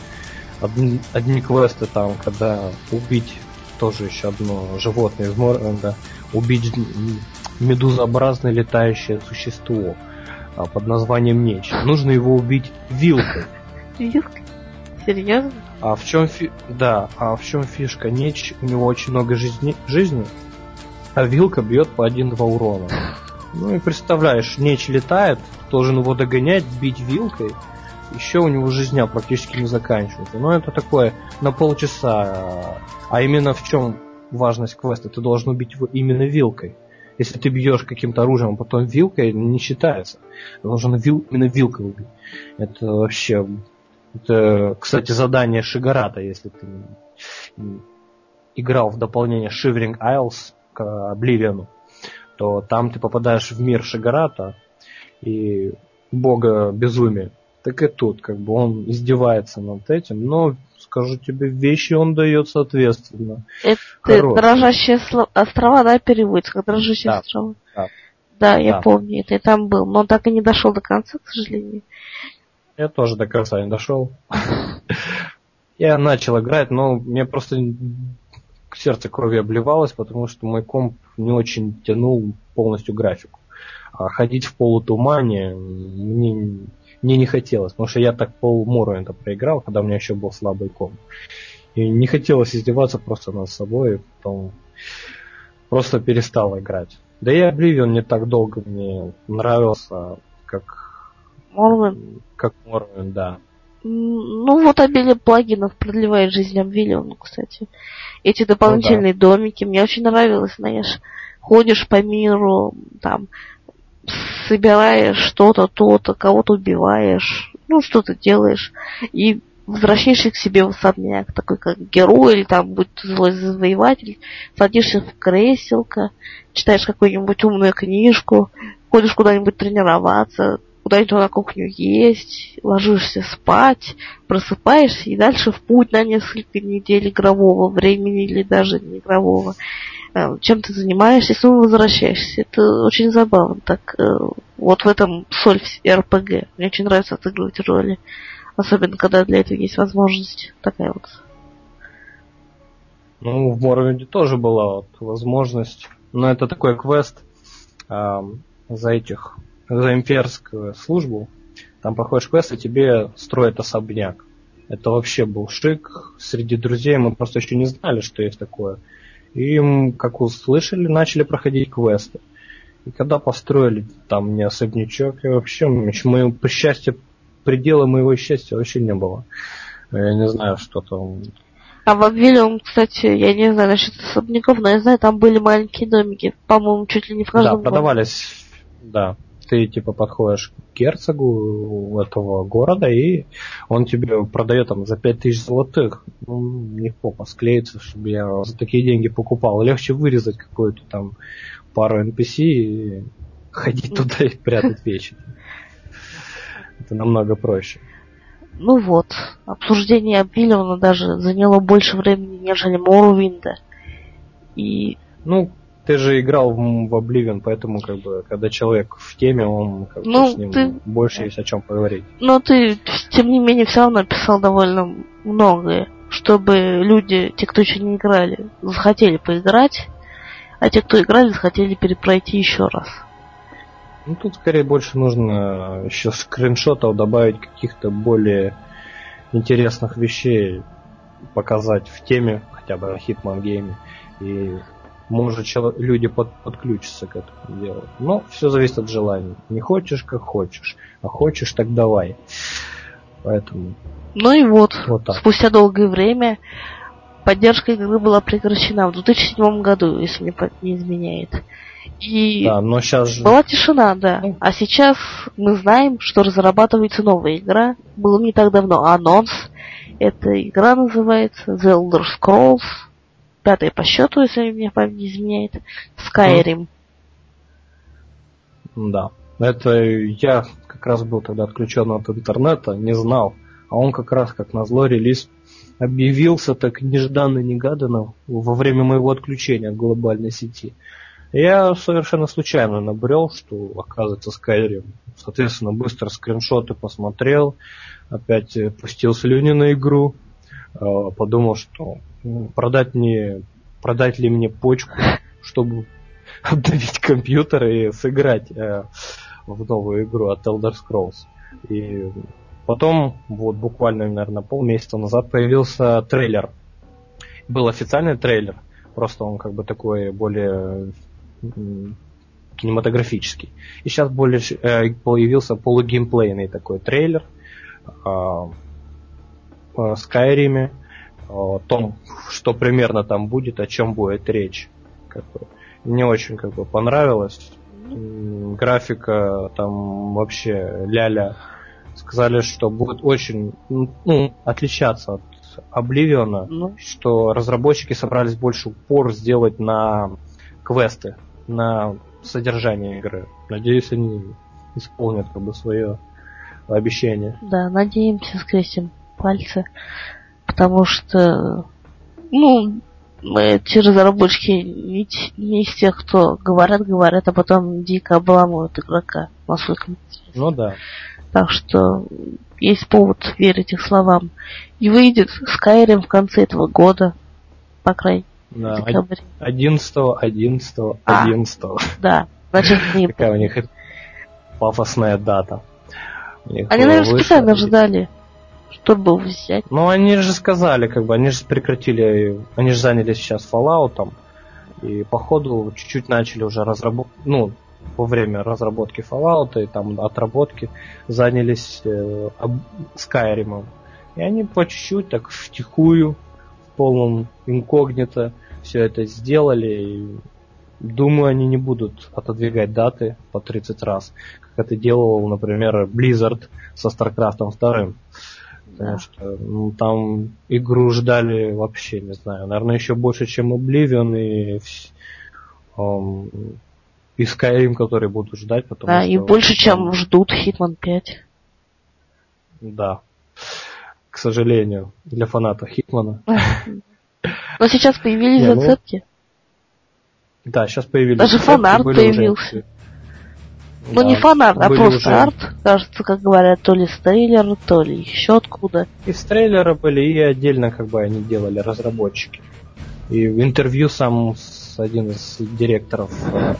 одни квесты там, когда убить тоже еще одно животное из Morrowind, убить медузообразное летающее существо под названием Меч. Нужно его убить вилкой. Вилкой? Серьезно? А в чем фишка? Меч, у него очень много жизни, а вилка бьет по 1-2 урона. Ну и представляешь, меч летает, должен его догонять, бить вилкой, еще у него жизня практически не заканчивается. Но это такое на полчаса. А именно в чем важность квеста? Ты должен убить его именно вилкой. Если ты бьешь каким-то оружием, а потом вилкой, не считается. Ты должен именно вилкой убить. Это вообще... Это, кстати, задание Шигарата, если ты играл в дополнение Shivering Isles к Обливиону, то там ты попадаешь в мир Шигарата и бога безумия. Так и тут, как бы он издевается над этим, но, скажу тебе, вещи он дает соответственно. Это дрожащие острова, да, переводится, как дрожащие острова? Да, я помню, это и там был, но он так и не дошел до конца, к сожалению. Я тоже до конца не дошел. Я начал играть, но мне просто сердце кровью обливалось, потому что мой комп не очень тянул полностью графику. А ходить в полутумане мне не хотелось, потому что я так пол-Morrowind проиграл, когда у меня еще был слабый комп. И не хотелось издеваться просто над собой, и потом просто перестал играть. Да и Oblivion не так долго мне нравился, как Morrowind, да. Ну вот обилие плагинов продлевает жизнь Обливиону, кстати. Эти дополнительные домики мне очень нравилось, знаешь. Ходишь по миру, там, собираешь что-то, то-то, кого-то убиваешь, ну, что-то делаешь, и возвращаешься к себе в особняк, такой как герой, или там, будь ты злой завоеватель, садишься в креселко, читаешь какую-нибудь умную книжку, ходишь куда-нибудь тренироваться, куда-нибудь на кухню есть, ложишься спать, просыпаешься и дальше в путь на несколько недель игрового времени или даже не игрового. чем ты занимаешься, и снова возвращаешься. Это очень забавно. Так, вот в этом соль РПГ. Мне очень нравится отыгрывать роли. Особенно, когда для этого есть возможность такая вот. Ну, в Morrowind тоже была вот возможность. Но это такой квест за имперскую службу. Там проходишь квест, и тебе строят особняк. Это вообще был шик. Среди друзей мы просто еще не знали, что есть такое. И, как услышали, начали проходить квесты. И когда построили там мне особнячок, и вообще, мы, по счастью, предела моего счастья вообще не было. Я не знаю, что там. А в Обвиллиум, кстати, я не знаю насчет особняков, но я знаю, там были маленькие домики. По-моему, чуть ли не в каждом доме. Да, продавались, да. Ты типа подходишь к герцогу этого города, и он тебе продает там за 5000 золотых. Ну, не попа склеится, чтобы я за такие деньги покупал. Легче вырезать какую-то там пару NPC и ходить туда и прятать вещи. Это намного проще. Ну вот, обсуждение Обвиллиума даже заняло больше времени, нежели Morrowind'а. И... Ну, ты же играл в Oblivion, поэтому, как бы, когда человек в теме, он как бы, с ним больше есть о чем поговорить. Но ты, тем не менее, все равно писал довольно многое, чтобы люди, те, кто еще не играли, захотели поиграть, а те, кто играли, захотели перепройти еще раз. Ну, тут скорее больше нужно еще скриншотов добавить, каких-то более интересных вещей показать в теме, хотя бы о Hitman Game, и может люди подключатся к этому делу. Но все зависит от желания. Не хочешь, как хочешь, а хочешь, так давай. Поэтому... Ну и вот спустя долгое время поддержка игры была прекращена в 2007 году, если мне не изменяет. И да, но сейчас же... была тишина, да. А сейчас мы знаем, что разрабатывается новая игра. Было не так давно анонс. Эта игра называется The Elder Scrolls. 5 по счету, если мне память не изменяет. Skyrim. Да. Это я как раз был тогда отключен от интернета, не знал. А он как раз, как назло, релиз объявился так нежданно-негаданно во время моего отключения от глобальной сети. Я совершенно случайно набрел, что оказывается Skyrim. Соответственно, быстро скриншоты посмотрел, опять пустил слюни на игру, подумал, что продать ли мне почку, чтобы обновить компьютер и сыграть в новую игру от Elder Scrolls. И потом, вот буквально, наверное, полмесяца назад появился трейлер. Был официальный трейлер, просто он как бы такой более кинематографический. И сейчас появился полугеймплейный такой трейлер о Skyrim, о том, что примерно там будет, о чем будет речь. Мне очень понравилось. Графика там вообще ля-ля. Сказали, что будет очень отличаться от Oblivion, что разработчики собрались больше упор сделать на квесты, на содержание игры. Надеюсь, они исполнят свое обещание. Да, надеемся, скрестим пальцы, потому что эти разработчики не из тех, кто говорят, а потом дико обламывают игрока, насколько мне известно. Ну да. Так что есть повод верить их словам. И выйдет Skyrim в конце этого года, по крайней мере, да, в декабре. 11. Да, значит, какая у них пафосная дата. Они, наверное, специально ждали, чтобы взять. Ну, они же сказали, они же прекратили, они же занялись сейчас Fallout'ом, и походу чуть-чуть начали уже во время разработки Fallout'а и там отработки занялись Skyrim'ом. И они по чуть-чуть, так втихую, в полном инкогнито все это сделали. И думаю, они не будут отодвигать даты по 30 раз, как это делал, например, Blizzard со StarCraft 2. Потому что там игру ждали вообще, не знаю, наверное, еще больше, чем Oblivion и Skyrim, которые будут ждать. Да, и больше, чем ждут Hitman 5. Да. К сожалению, для фанатов Хитмана. Но сейчас появились зацепки. Да, сейчас появились. Даже фанарт появился. Ну, не фанарт, а просто арт, кажется, как говорят, то ли с трейлера, то ли еще откуда. И с трейлера были, и отдельно как бы они делали разработчики. И в интервью сам один из директоров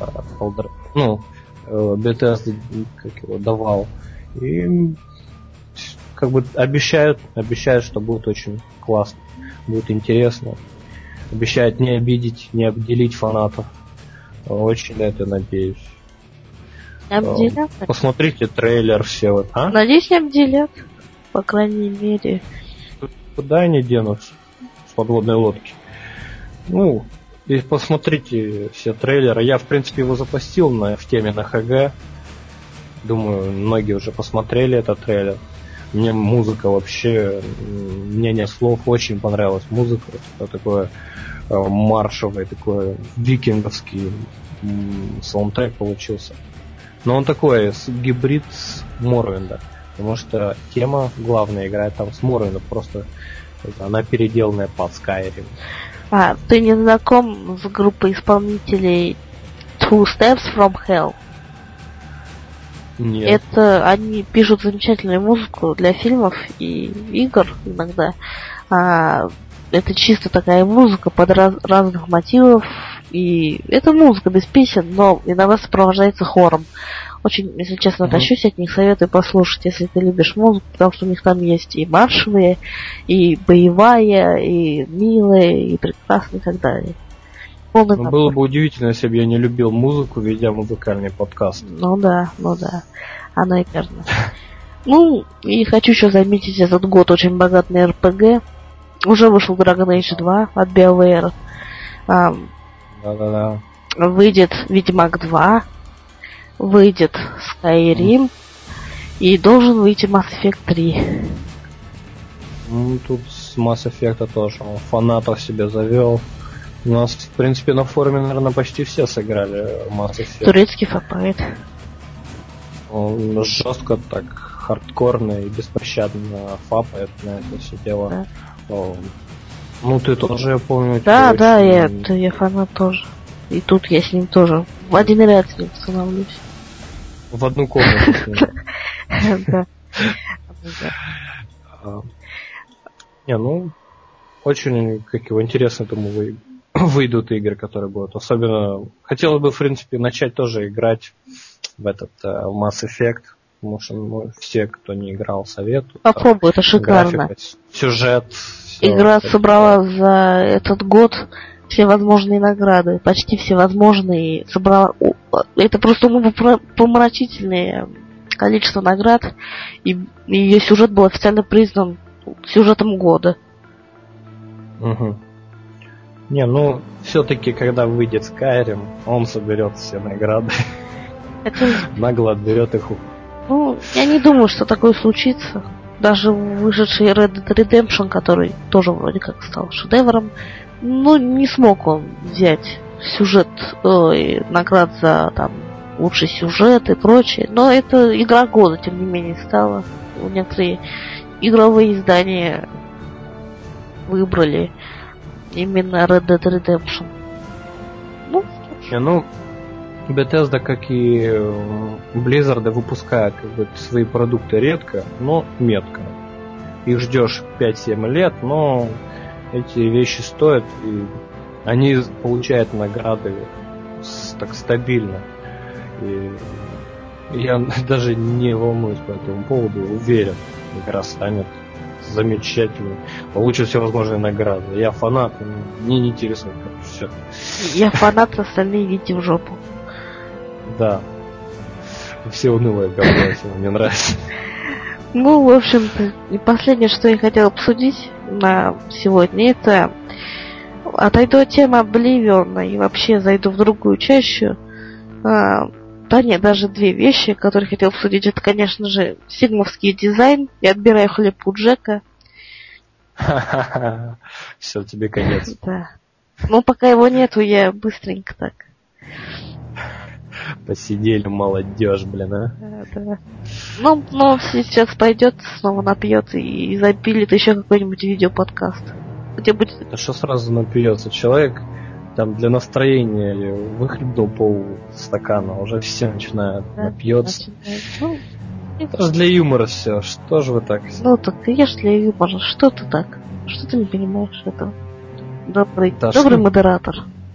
Bethesda как его давал. И как бы обещают, что будет очень классно, будет интересно. Обещают не обидеть, не обделить фанатов. Очень на это надеюсь. Обделят? Посмотрите трейлер все вот. Надеюсь, не обделят. По крайней мере. Куда они денутся с подводной лодки? Ну, и посмотрите все трейлеры. Я, в принципе, его запостил в теме на ХГ. Думаю, многие уже посмотрели этот трейлер. Мне музыка вообще, мне нет слов, очень понравилась музыка. Это такое маршевый, такой викинговский саундтрек получился. Но он такой, гибрид с Morrowind, потому что тема главная играет там с Morrowind, просто она переделанная под Skyrim. Ты не знаком с группой исполнителей Two Steps from Hell? Нет. Это они пишут замечательную музыку для фильмов и игр иногда. Это чисто такая музыка под разных мотивов. И это музыка без песен, но иногда сопровождается хором. Очень, если честно, тащусь от них, советую послушать, если ты любишь музыку, потому что у них там есть и маршевые, и боевая, и милая, и прекрасная, и так далее. Было бы удивительно, если бы я не любил музыку, ведя музыкальный подкаст. Ну да, она и верно. Ну, и хочу еще заметить, этот год очень богат на РПГ. Уже вышел Dragon Age 2 от BioWare. Да-да-да. Выйдет Ведьмак 2. Выйдет Skyrim. И должен выйти Mass Effect 3. Ну, тут с Mass Effect тоже он фанатов себе завел. У нас, в принципе, на форуме, наверное, почти все сыграли Mass Effect. Турецкий фапает. Он жестко так, хардкорно и беспощадно фапает на это все дело. Да. Ну, ты тоже, я помню... Да, я фанат тоже. И тут я с ним тоже в один ряд с ним становлюсь. В одну комнату с ним. Да. Не, ну, очень, как его, интересно тому выйдут игры, которые будут. Особенно, хотелось бы, в принципе, начать тоже играть в этот в Mass Effect. Потому что все, кто не играл, советуют. Попробуй, это шикарно. Графика, сюжет. Игра собрала за этот год все возможные награды, почти все возможные. Собрала... Это просто помрачительное количество наград, и ее сюжет был официально признан сюжетом года. Угу. Не, ну, все-таки, когда выйдет Skyrim, он соберет все награды. Нагло отберет их. Ну, я не думаю, что такое случится. Даже вышедший Red Dead Redemption, который тоже вроде как стал шедевром, ну, не смог он взять наград за там лучший сюжет и прочее. Но это игра года, тем не менее, стала. Некоторые игровые издания выбрали именно Red Dead Redemption. Ну, Bethesda, как и Blizzard, выпускает как бы свои продукты редко, но метко. Их ждешь 5-7 лет, но эти вещи стоят, и они получают награды так стабильно. И я даже не волнуюсь по этому поводу, уверен, игра станет замечательной, получит все возможные награды. Я фанат, мне не интересует, все. Я фанат, остальные идите в жопу. Да. Все унылое говно, если вам не нравится. Ну, в общем-то, и последнее, что я хотел обсудить на сегодня, это отойду от темы Обливиона и вообще зайду в другую чащу. Да нет, даже две вещи, которые хотел обсудить. Это, конечно же, сигмовский дизайн. Я отбираю хлеб у Джека. Все, тебе конец. Да. Ну, пока его нету, я быстренько так. Посидели, молодежь, блин, а? Да. Ну, сейчас пойдет, снова напьет и запилит еще какой-нибудь видеоподкаст. Где будет... А что сразу напьется? Человек там для настроения выхлебнул полстакана, уже все начинают напьется. Это же для юмора все. Что же вы так? Ну так ты ешь для юмора. Что ты так? Что ты не понимаешь этого? Добрый модератор.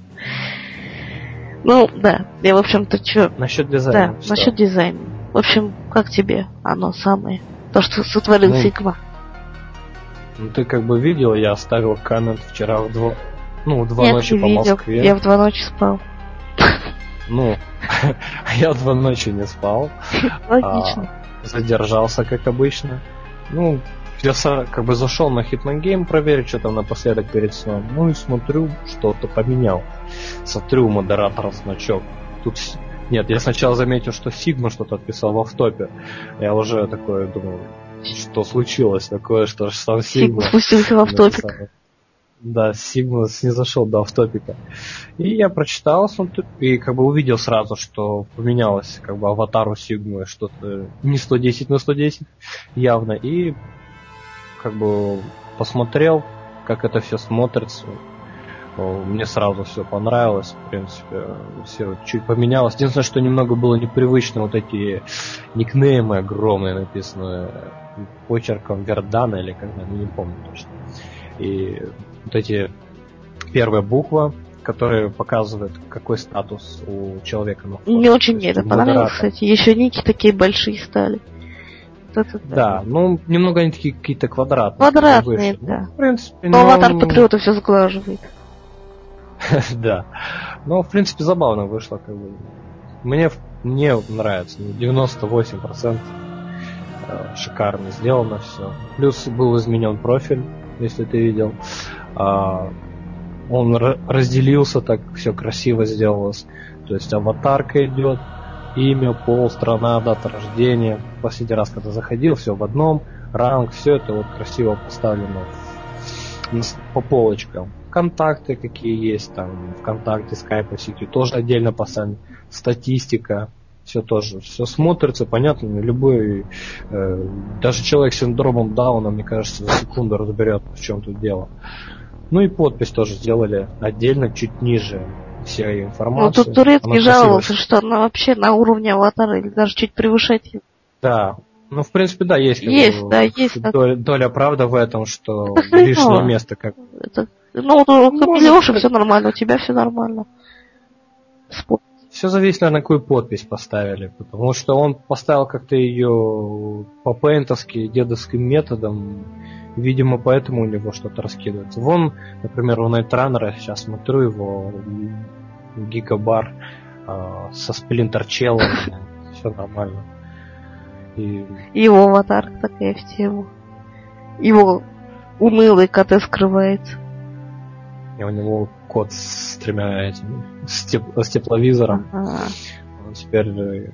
Ну, да. Я, в общем-то, чё... Насчет дизайна. Да, насчет дизайна. В общем, как тебе оно самое? То, что сотворил Sigma. Ну, ты как бы видел, я оставил коммент вчера в 2 ночи по Москве. Я в 2 ночи спал. Ну, я в 2 ночи не спал. Логично. Задержался, как обычно. Ну, я как бы зашел на Hitman Game проверить, что там напоследок перед сном. Ну и смотрю, что-то поменял. Смотрю, у модератора значок. Тут... Нет, я сначала заметил, что Sigma что-то отписал в автопе. Я уже такой думал, что случилось такое, что сам Sigma спустился в автопик. Да, Sigma снизошел до автопика. И я прочитал, и как бы увидел сразу, что поменялось как бы аватар у Sigma, что-то не 110 на 110 явно. И как бы посмотрел, как это все смотрится. Мне сразу все понравилось, в принципе, все чуть поменялось. Единственное, что немного было непривычно, вот эти никнеймы огромные, написанные почерком Вердана или как-то, не помню точно. И вот эти первая буква, которая показывает, какой статус у человека. Мне очень это понравилось, кстати. Еще ники такие большие стали. Да, ну, немного они такие какие-то квадратные. Квадратные, да. Ну, в принципе, но аватар Патриота все сглаживает. Да. Но, в принципе, забавно вышло, как бы. Мне нравится. 98% шикарно сделано все. Плюс был изменен профиль, если ты видел. Он разделился, так все красиво сделалось. То есть аватарка идет, имя, пол, страна, дата рождения. Последний раз, когда заходил, все в одном. Ранг, все это вот красиво поставлено по полочкам. Контакты какие есть, там, ВКонтакте, Skype, ICQ тоже отдельно поставлено. Статистика, все тоже, все смотрится, понятно, любой, даже человек с синдромом Дауна, мне кажется, за секунду разберет, в чем тут дело. Ну и подпись тоже сделали отдельно, чуть ниже всей информации. Ну тут турецкий жаловался, что она вообще на уровне аватара, или даже чуть превышать его. Да. Ну, в принципе, да, есть доля правды в этом, что лишнее место как... Ну, у Леши все нормально, у тебя все нормально. Все зависит, наверное, какую подпись поставили. Потому что он поставил как-то ее по-пейнтовски, дедовским методом. Видимо, поэтому у него что-то раскидывается. Вон, например, у Найтранера, сейчас смотрю его, гигабар со сплинтер-челом. Все нормально. И его аватарка такая в тему. Его унылый КТ скрывается. И у него кот с 3 этими, с тепловизором. Он теперь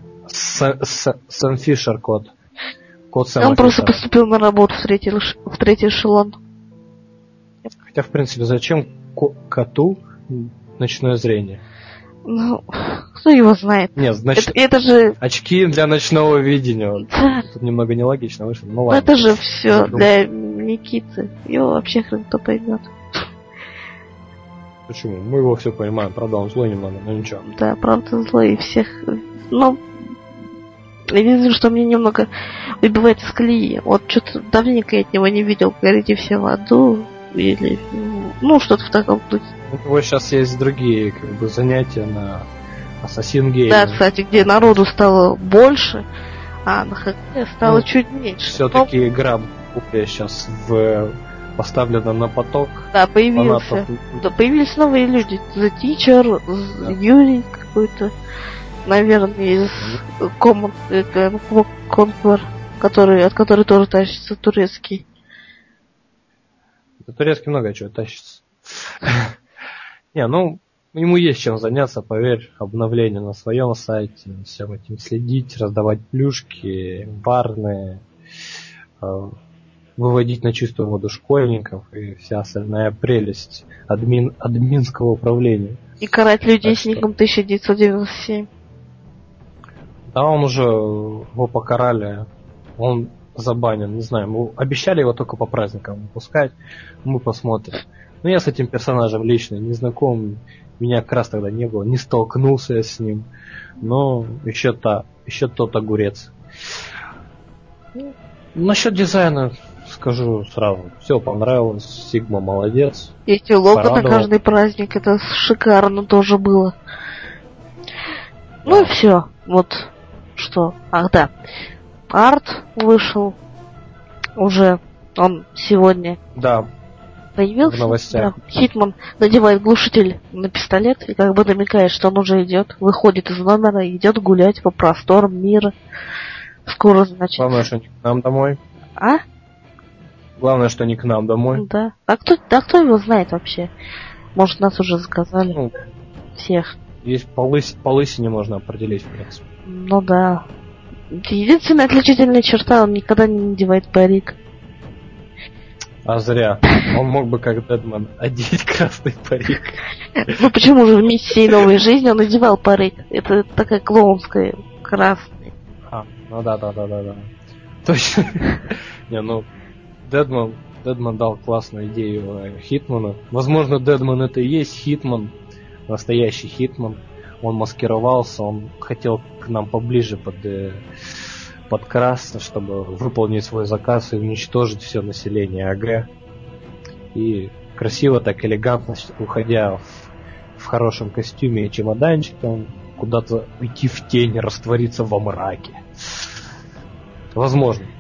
Сэм Фишер кот. Кот Сэма Он просто поступил на работу в третий эшелон. Хотя, в принципе, зачем коту ночное зрение? Ну, кто его знает? Нет, значит, это же... очки для ночного видения. Тут немного нелогично вышло. Ну ладно. Это же все для Никиты. Его вообще хрен кто поймет. Почему? Мы его все понимаем. Правда, он злой немного, но ничего. Да, правда злой, и всех... Ну, единственное, что мне немного выбивает из колеи. Вот что-то давненько я от него не видел. Горите все в аду. Или... Ну, что-то в таком духе. У него сейчас есть другие как бы занятия на Assassin's Game. Да, кстати, где народу стало больше, а на ХК стало чуть меньше. Все-таки игра сейчас поставлена на поток. Да, появился. Да, появились новые люди. The Teacher, Юрий какой-то, наверное, из Conquer, от которой тоже тащится турецкий. Турецкий много чего тащится. Не, ну, ему есть чем заняться, поверь, обновление на своем сайте, всем этим следить, раздавать плюшки, барные, выводить на чистую воду школьников и вся остальная прелесть админского управления. И карать людей с ником 1997. Да, он уже его покарали, он забанен, не знаю, мы обещали его только по праздникам выпускать, мы посмотрим. Ну, я с этим персонажем лично не знаком, меня как раз тогда не было, не столкнулся я с ним. Но еще тот огурец. Насчет дизайна скажу сразу. Все понравилось, Сигма молодец. Эти лого на Порадовал. каждый праздник, это шикарно тоже было. Ну и все. Вот что. Ах да. Арт вышел уже. Он сегодня Да, появился. в новостях. Да. Хитман надевает глушитель на пистолет и как бы намекает, что он уже идет, выходит из номера и идет гулять по просторам мира. Скоро, значит. Главное, что не к нам домой. А? Главное, что не к нам домой. Да. А кто его знает вообще? Может, нас уже заказали. Ну, Всех. есть по лысине можно определить, в принципе. Ну да. Единственная отличительная черта, он никогда не надевает парик. А зря. Он мог бы, как Дэдман, одеть красный парик. Ну почему же в «Миссии новой жизни» он надевал парик? Это такая клоунская красная. А, ну да. Точно. Не, ну, Дэдман дал классную идею Хитмана. Возможно, Дэдман это и есть Хитман, настоящий Хитман. Он маскировался, он хотел к нам поближе подкрасться, чтобы выполнить свой заказ и уничтожить все население АГ. И красиво, так элегантно, уходя в хорошем костюме и чемоданчиком, куда-то уйти в тень, раствориться во мраке. Возможно.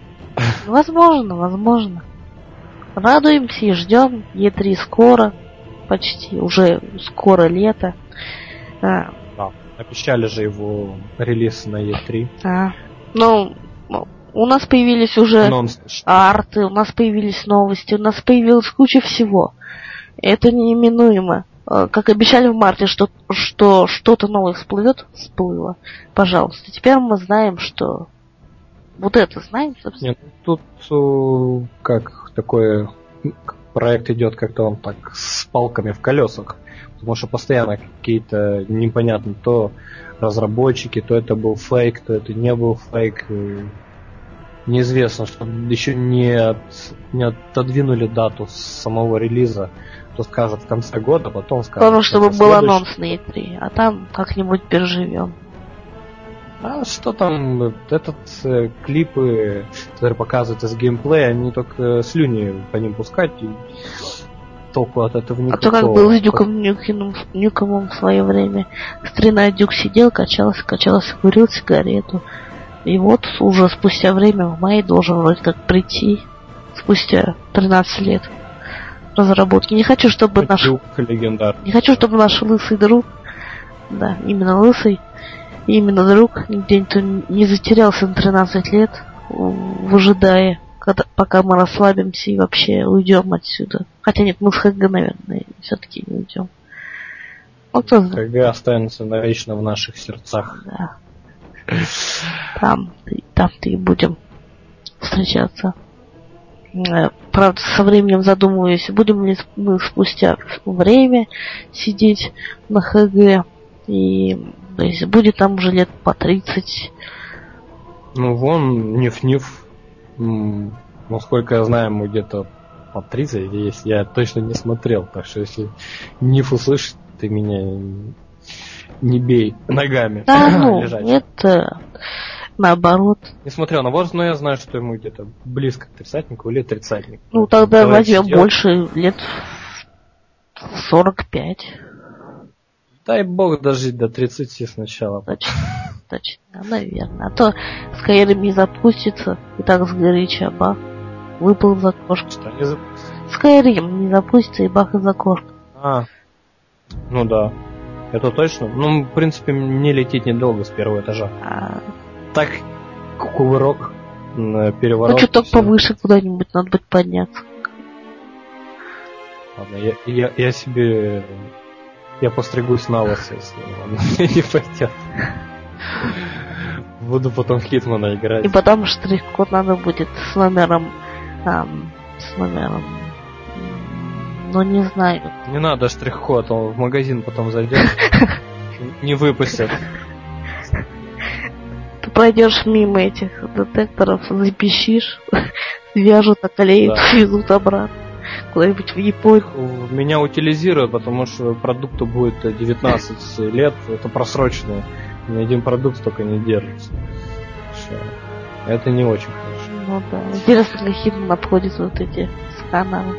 Возможно. Радуемся и ждем. Е3 скоро. Почти. Уже скоро лето. Да, обещали же его релиз на E3. Ну, у нас появились уже Анонс. арты, у нас появились новости, у нас появилась куча всего. Это неименуемо. Как обещали в марте, что что-то новое всплыло. Пожалуйста. Теперь мы знаем, что... Вот это знаем, собственно. Нет, тут как такой проект идет, как-то он так с палками в колесах. Потому что постоянно какие-то непонятно, то разработчики, то это был фейк, то это не был фейк. Неизвестно, что еще не отодвинули дату с самого релиза. То скажут в конце года, потом скажут. Главное, чтобы был анонс на E3, а там как-нибудь переживем. А что там, клипы, которые показывают из геймплея, они только слюни по ним пускать, и толку от этого никакого. А то как было с Дюком Нюкомом в свое время. Старина Дюк сидел, качался, курил сигарету. И вот уже спустя время, в мае, должен вроде как прийти, спустя 13 лет разработки. Не хочу, чтобы наш лысый друг, да, именно лысый, именно друг, где-то не затерялся на 13 лет, выжидая, пока мы расслабимся и вообще уйдем отсюда. Хотя нет, мы с ХГ, наверное, все-таки не уйдем. Вот ХГ останется навечно в наших сердцах. Да. Там-то и будем встречаться. Правда, со временем задумываюсь, будем ли мы спустя время сидеть на ХГ, и то есть будет там уже лет по 30. Ну вон, Ниф-Ниф, насколько я знаю, ему где-то по 30 есть, я точно не смотрел, так что если Ниф услышит, ты меня не бей ногами. Да, ну, это наоборот. Не смотрел на возраст, но я знаю, что ему где-то близко к тридцатнику или тридцатнику. Ну, тогда возьмем больше, лет 45. Дай бог дожить до 30 сначала. Точно, наверное. А то Skyrim не запустится, и так сгоряча, бах, выпал из окошка. Что, не запустится? Skyrim не запустится, и бах из окошка. Ну да. Это точно? Ну, в принципе, мне лететь недолго с первого этажа. Так, кувырок, переворот. Ну, чуток повыше куда-нибудь надо будет подняться. Ладно, я себе... Я постригусь на лысо, если не пойдет. Буду потом Хитмана играть. И потом штрих-код надо будет с номером... Ну, не знаю. Не надо штрих-код, он в магазин потом зайдет. Не выпустят. Ты пройдешь мимо этих детекторов, запищишь, вяжут, оклеют, свезут обратно. куда-нибудь в Японию. Меня утилизируют, потому что продукту будет 19 лет, это просроченное. Ни один продукт столько не держится. Это не очень хорошо. Ну да. Интересно, как Хитман обходит вот эти сканеры.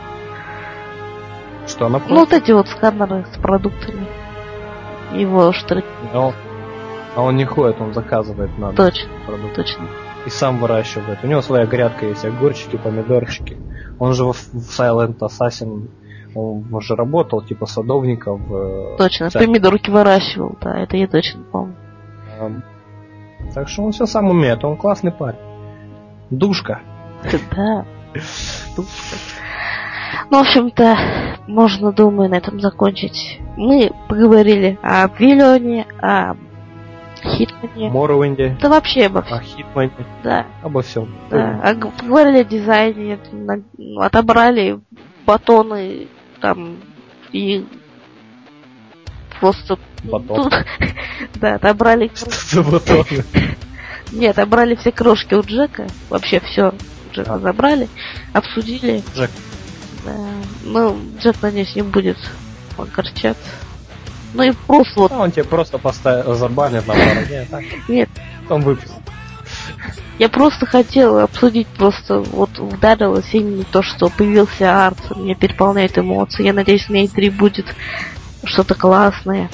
Что она Ну вот эти вот сканеры с продуктами. Его штреки. А он не ходит, он заказывает на Точно, продукт. точно. И сам выращивает. У него своя грядка есть, огурчики, помидорчики. Он же в Silent Assassin, он же работал, типа садовников. Точно, помидорки выращивал, да, это я точно помню. Так что он все сам умеет, он классный парень. Душка. Да. Душка. Ну, в общем-то, можно, думаю, на этом закончить. Мы поговорили о Виллионе, о Хитмане. Моррowind'е. Да вообще обо всем. О Хитмане. Да. Обо всем. Да. Поговорили о дизайне, отобрали батоны там и просто... Батон. Да, отобрали... Что за батоны? Нет, отобрали все крошки у Джека. Вообще все Джека забрали. Обсудили. Джек. Да. Ну, Джек, надеюсь, не будет огорчаться. Ну и просто вот... Он тебе просто забанит на пару дней, так? Нет. Он выпустит. Я просто хотела обсудить, просто вот ударилось именно то, что появился арт, меня переполняет эмоции. Я надеюсь, на E3 будет что-то классное.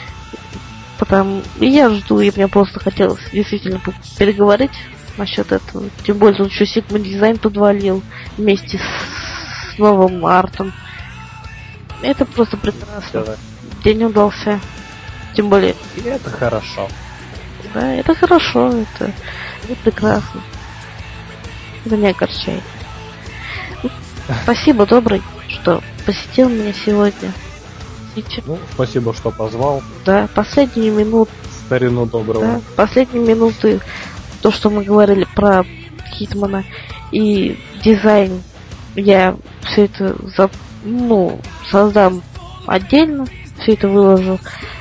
И я жду, и мне просто хотелось действительно переговорить насчет этого. Тем более, тут еще Sigma дизайн подвалил вместе с новым артом. Это просто прекрасно. Да. День удался. Тем более... И это хорошо. Да, это хорошо, это прекрасно. Это не огорчает. Спасибо, добрый, что посетил меня сегодня. Ну, спасибо, что позвал. Да, последние минуты. Старину доброго. Да, последние минуты, то, что мы говорили про Хитмана и дизайн, я все это создам отдельно, все это выложу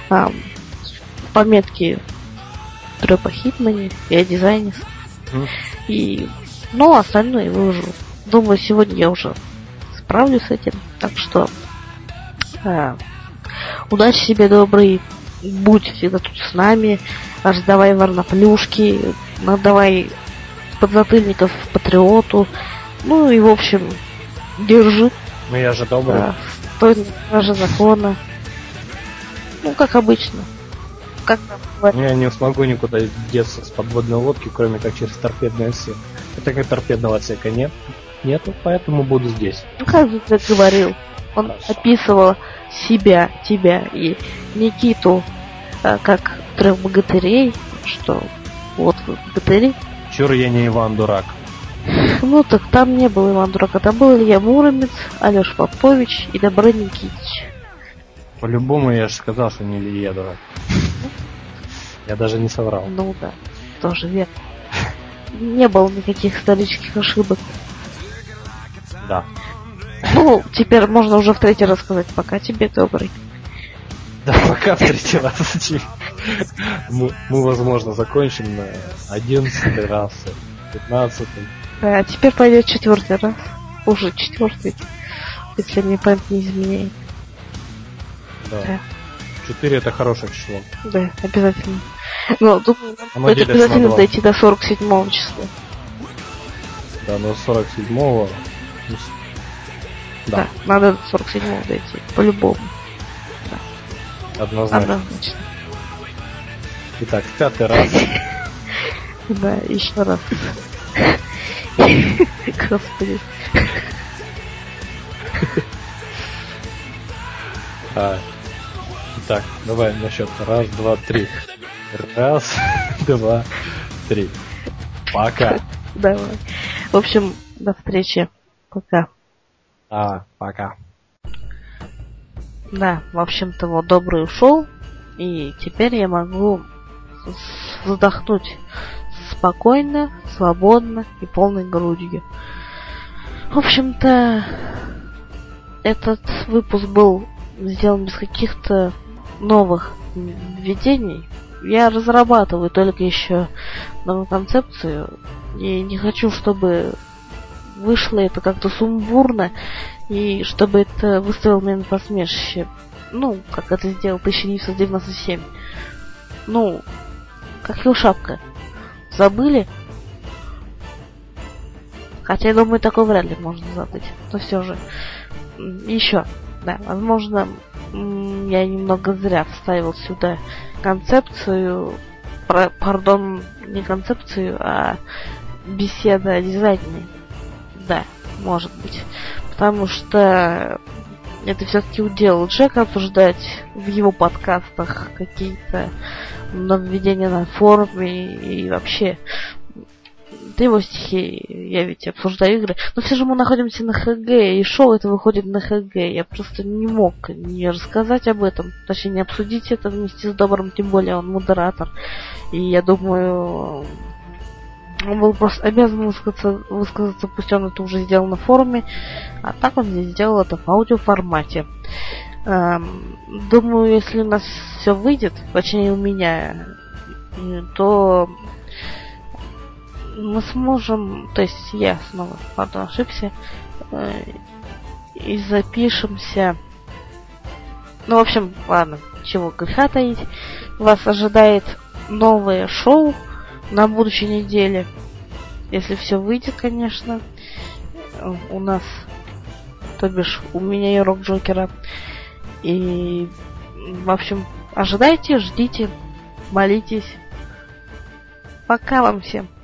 пометки по Хитмане и о дизайне. И, остальное выложу. Думаю, сегодня я уже справлюсь с этим. Так что удачи себе, добрый. Будь всегда тут с нами. Раздавай варноплюшки. Надавай подзатыльников Патриоту. Ну и, в общем, держи. Ну я же добрый. Да, стой на страже закона. Ну, как обычно. Как я не смогу никуда деться с подводной лодки, кроме как через торпедный отсек. Это как торпедного отсека нету, поэтому буду здесь. Ну, как же ты говорил? Он описывал себя, тебя и Никиту как 3 богатырей, что вот вы богатыри. Чур, я не Иван Дурак. Ну так там не был Иван Дурак, это был Илья Муромец, Алёша Попович и Добрый Никитич. По-любому я же сказал, что не Илья Дурак. Я даже не соврал. Ну да, тоже верно. Не было никаких исторических ошибок. Да. Ну, теперь можно уже в 3-й раз сказать пока тебе, добрый. Да, пока в 3-й раз. Мы, возможно, закончим на 11-й раз, 15-й. Да, теперь пойдет 4-й раз. Уже 4-й, если мне память не изменяет. Да. 4 это хорошее число. Да, обязательно. Но думаю, нам стоит обязательно дойти до 47-го числа. Да, до 47-го. Да, надо до 47-го дойти. По-любому. Да. Однозначно. Итак, 5-й раз. Да, еще раз. Господи. Так, давай на счет. 1, 2, 3. 1, 2, 3. Пока. Давай. В общем, до встречи. Пока. Пока. Да, в общем-то, вот добрый ушел. И теперь я могу вздохнуть спокойно, свободно и полной грудью. В общем-то, этот выпуск был сделан без каких-то новых введений. Я разрабатываю только еще новую концепцию. И не хочу, чтобы вышло это как-то сумбурно И чтобы это выставил меня на посмешище. Ну, как это сделал 1997. Ну, как его шапка. Забыли? Хотя, я думаю, такой вряд ли можно забыть. Но все же. Еще. Да, возможно, я немного зря вставил сюда концепцию. Пардон, не концепцию, а беседа о дизайне. Да, может быть. Потому что это все-таки удел Джека обсуждать в его подкастах какие-то нововведения на форуме и вообще его стихи. Я ведь обсуждаю игры. Но все же мы находимся на ХГ, и шоу это выходит на ХГ. Я просто не мог не рассказать об этом. Точнее, не обсудить это вместе с Добрым, тем более он модератор. И я думаю, он был просто обязан высказаться, пусть он это уже сделал на форуме, а так он здесь сделал это в аудиоформате. Думаю, если у нас все выйдет, точнее у меня, то мы сможем, то есть я снова, пардон, ошибся, и запишемся. Ну, в общем, ладно, чего греха таить. Вас ожидает новое шоу на будущей неделе. Если все выйдет, конечно. У нас, то бишь, у меня и Рок Джокера. И, в общем, ожидайте, ждите, молитесь. Пока вам всем.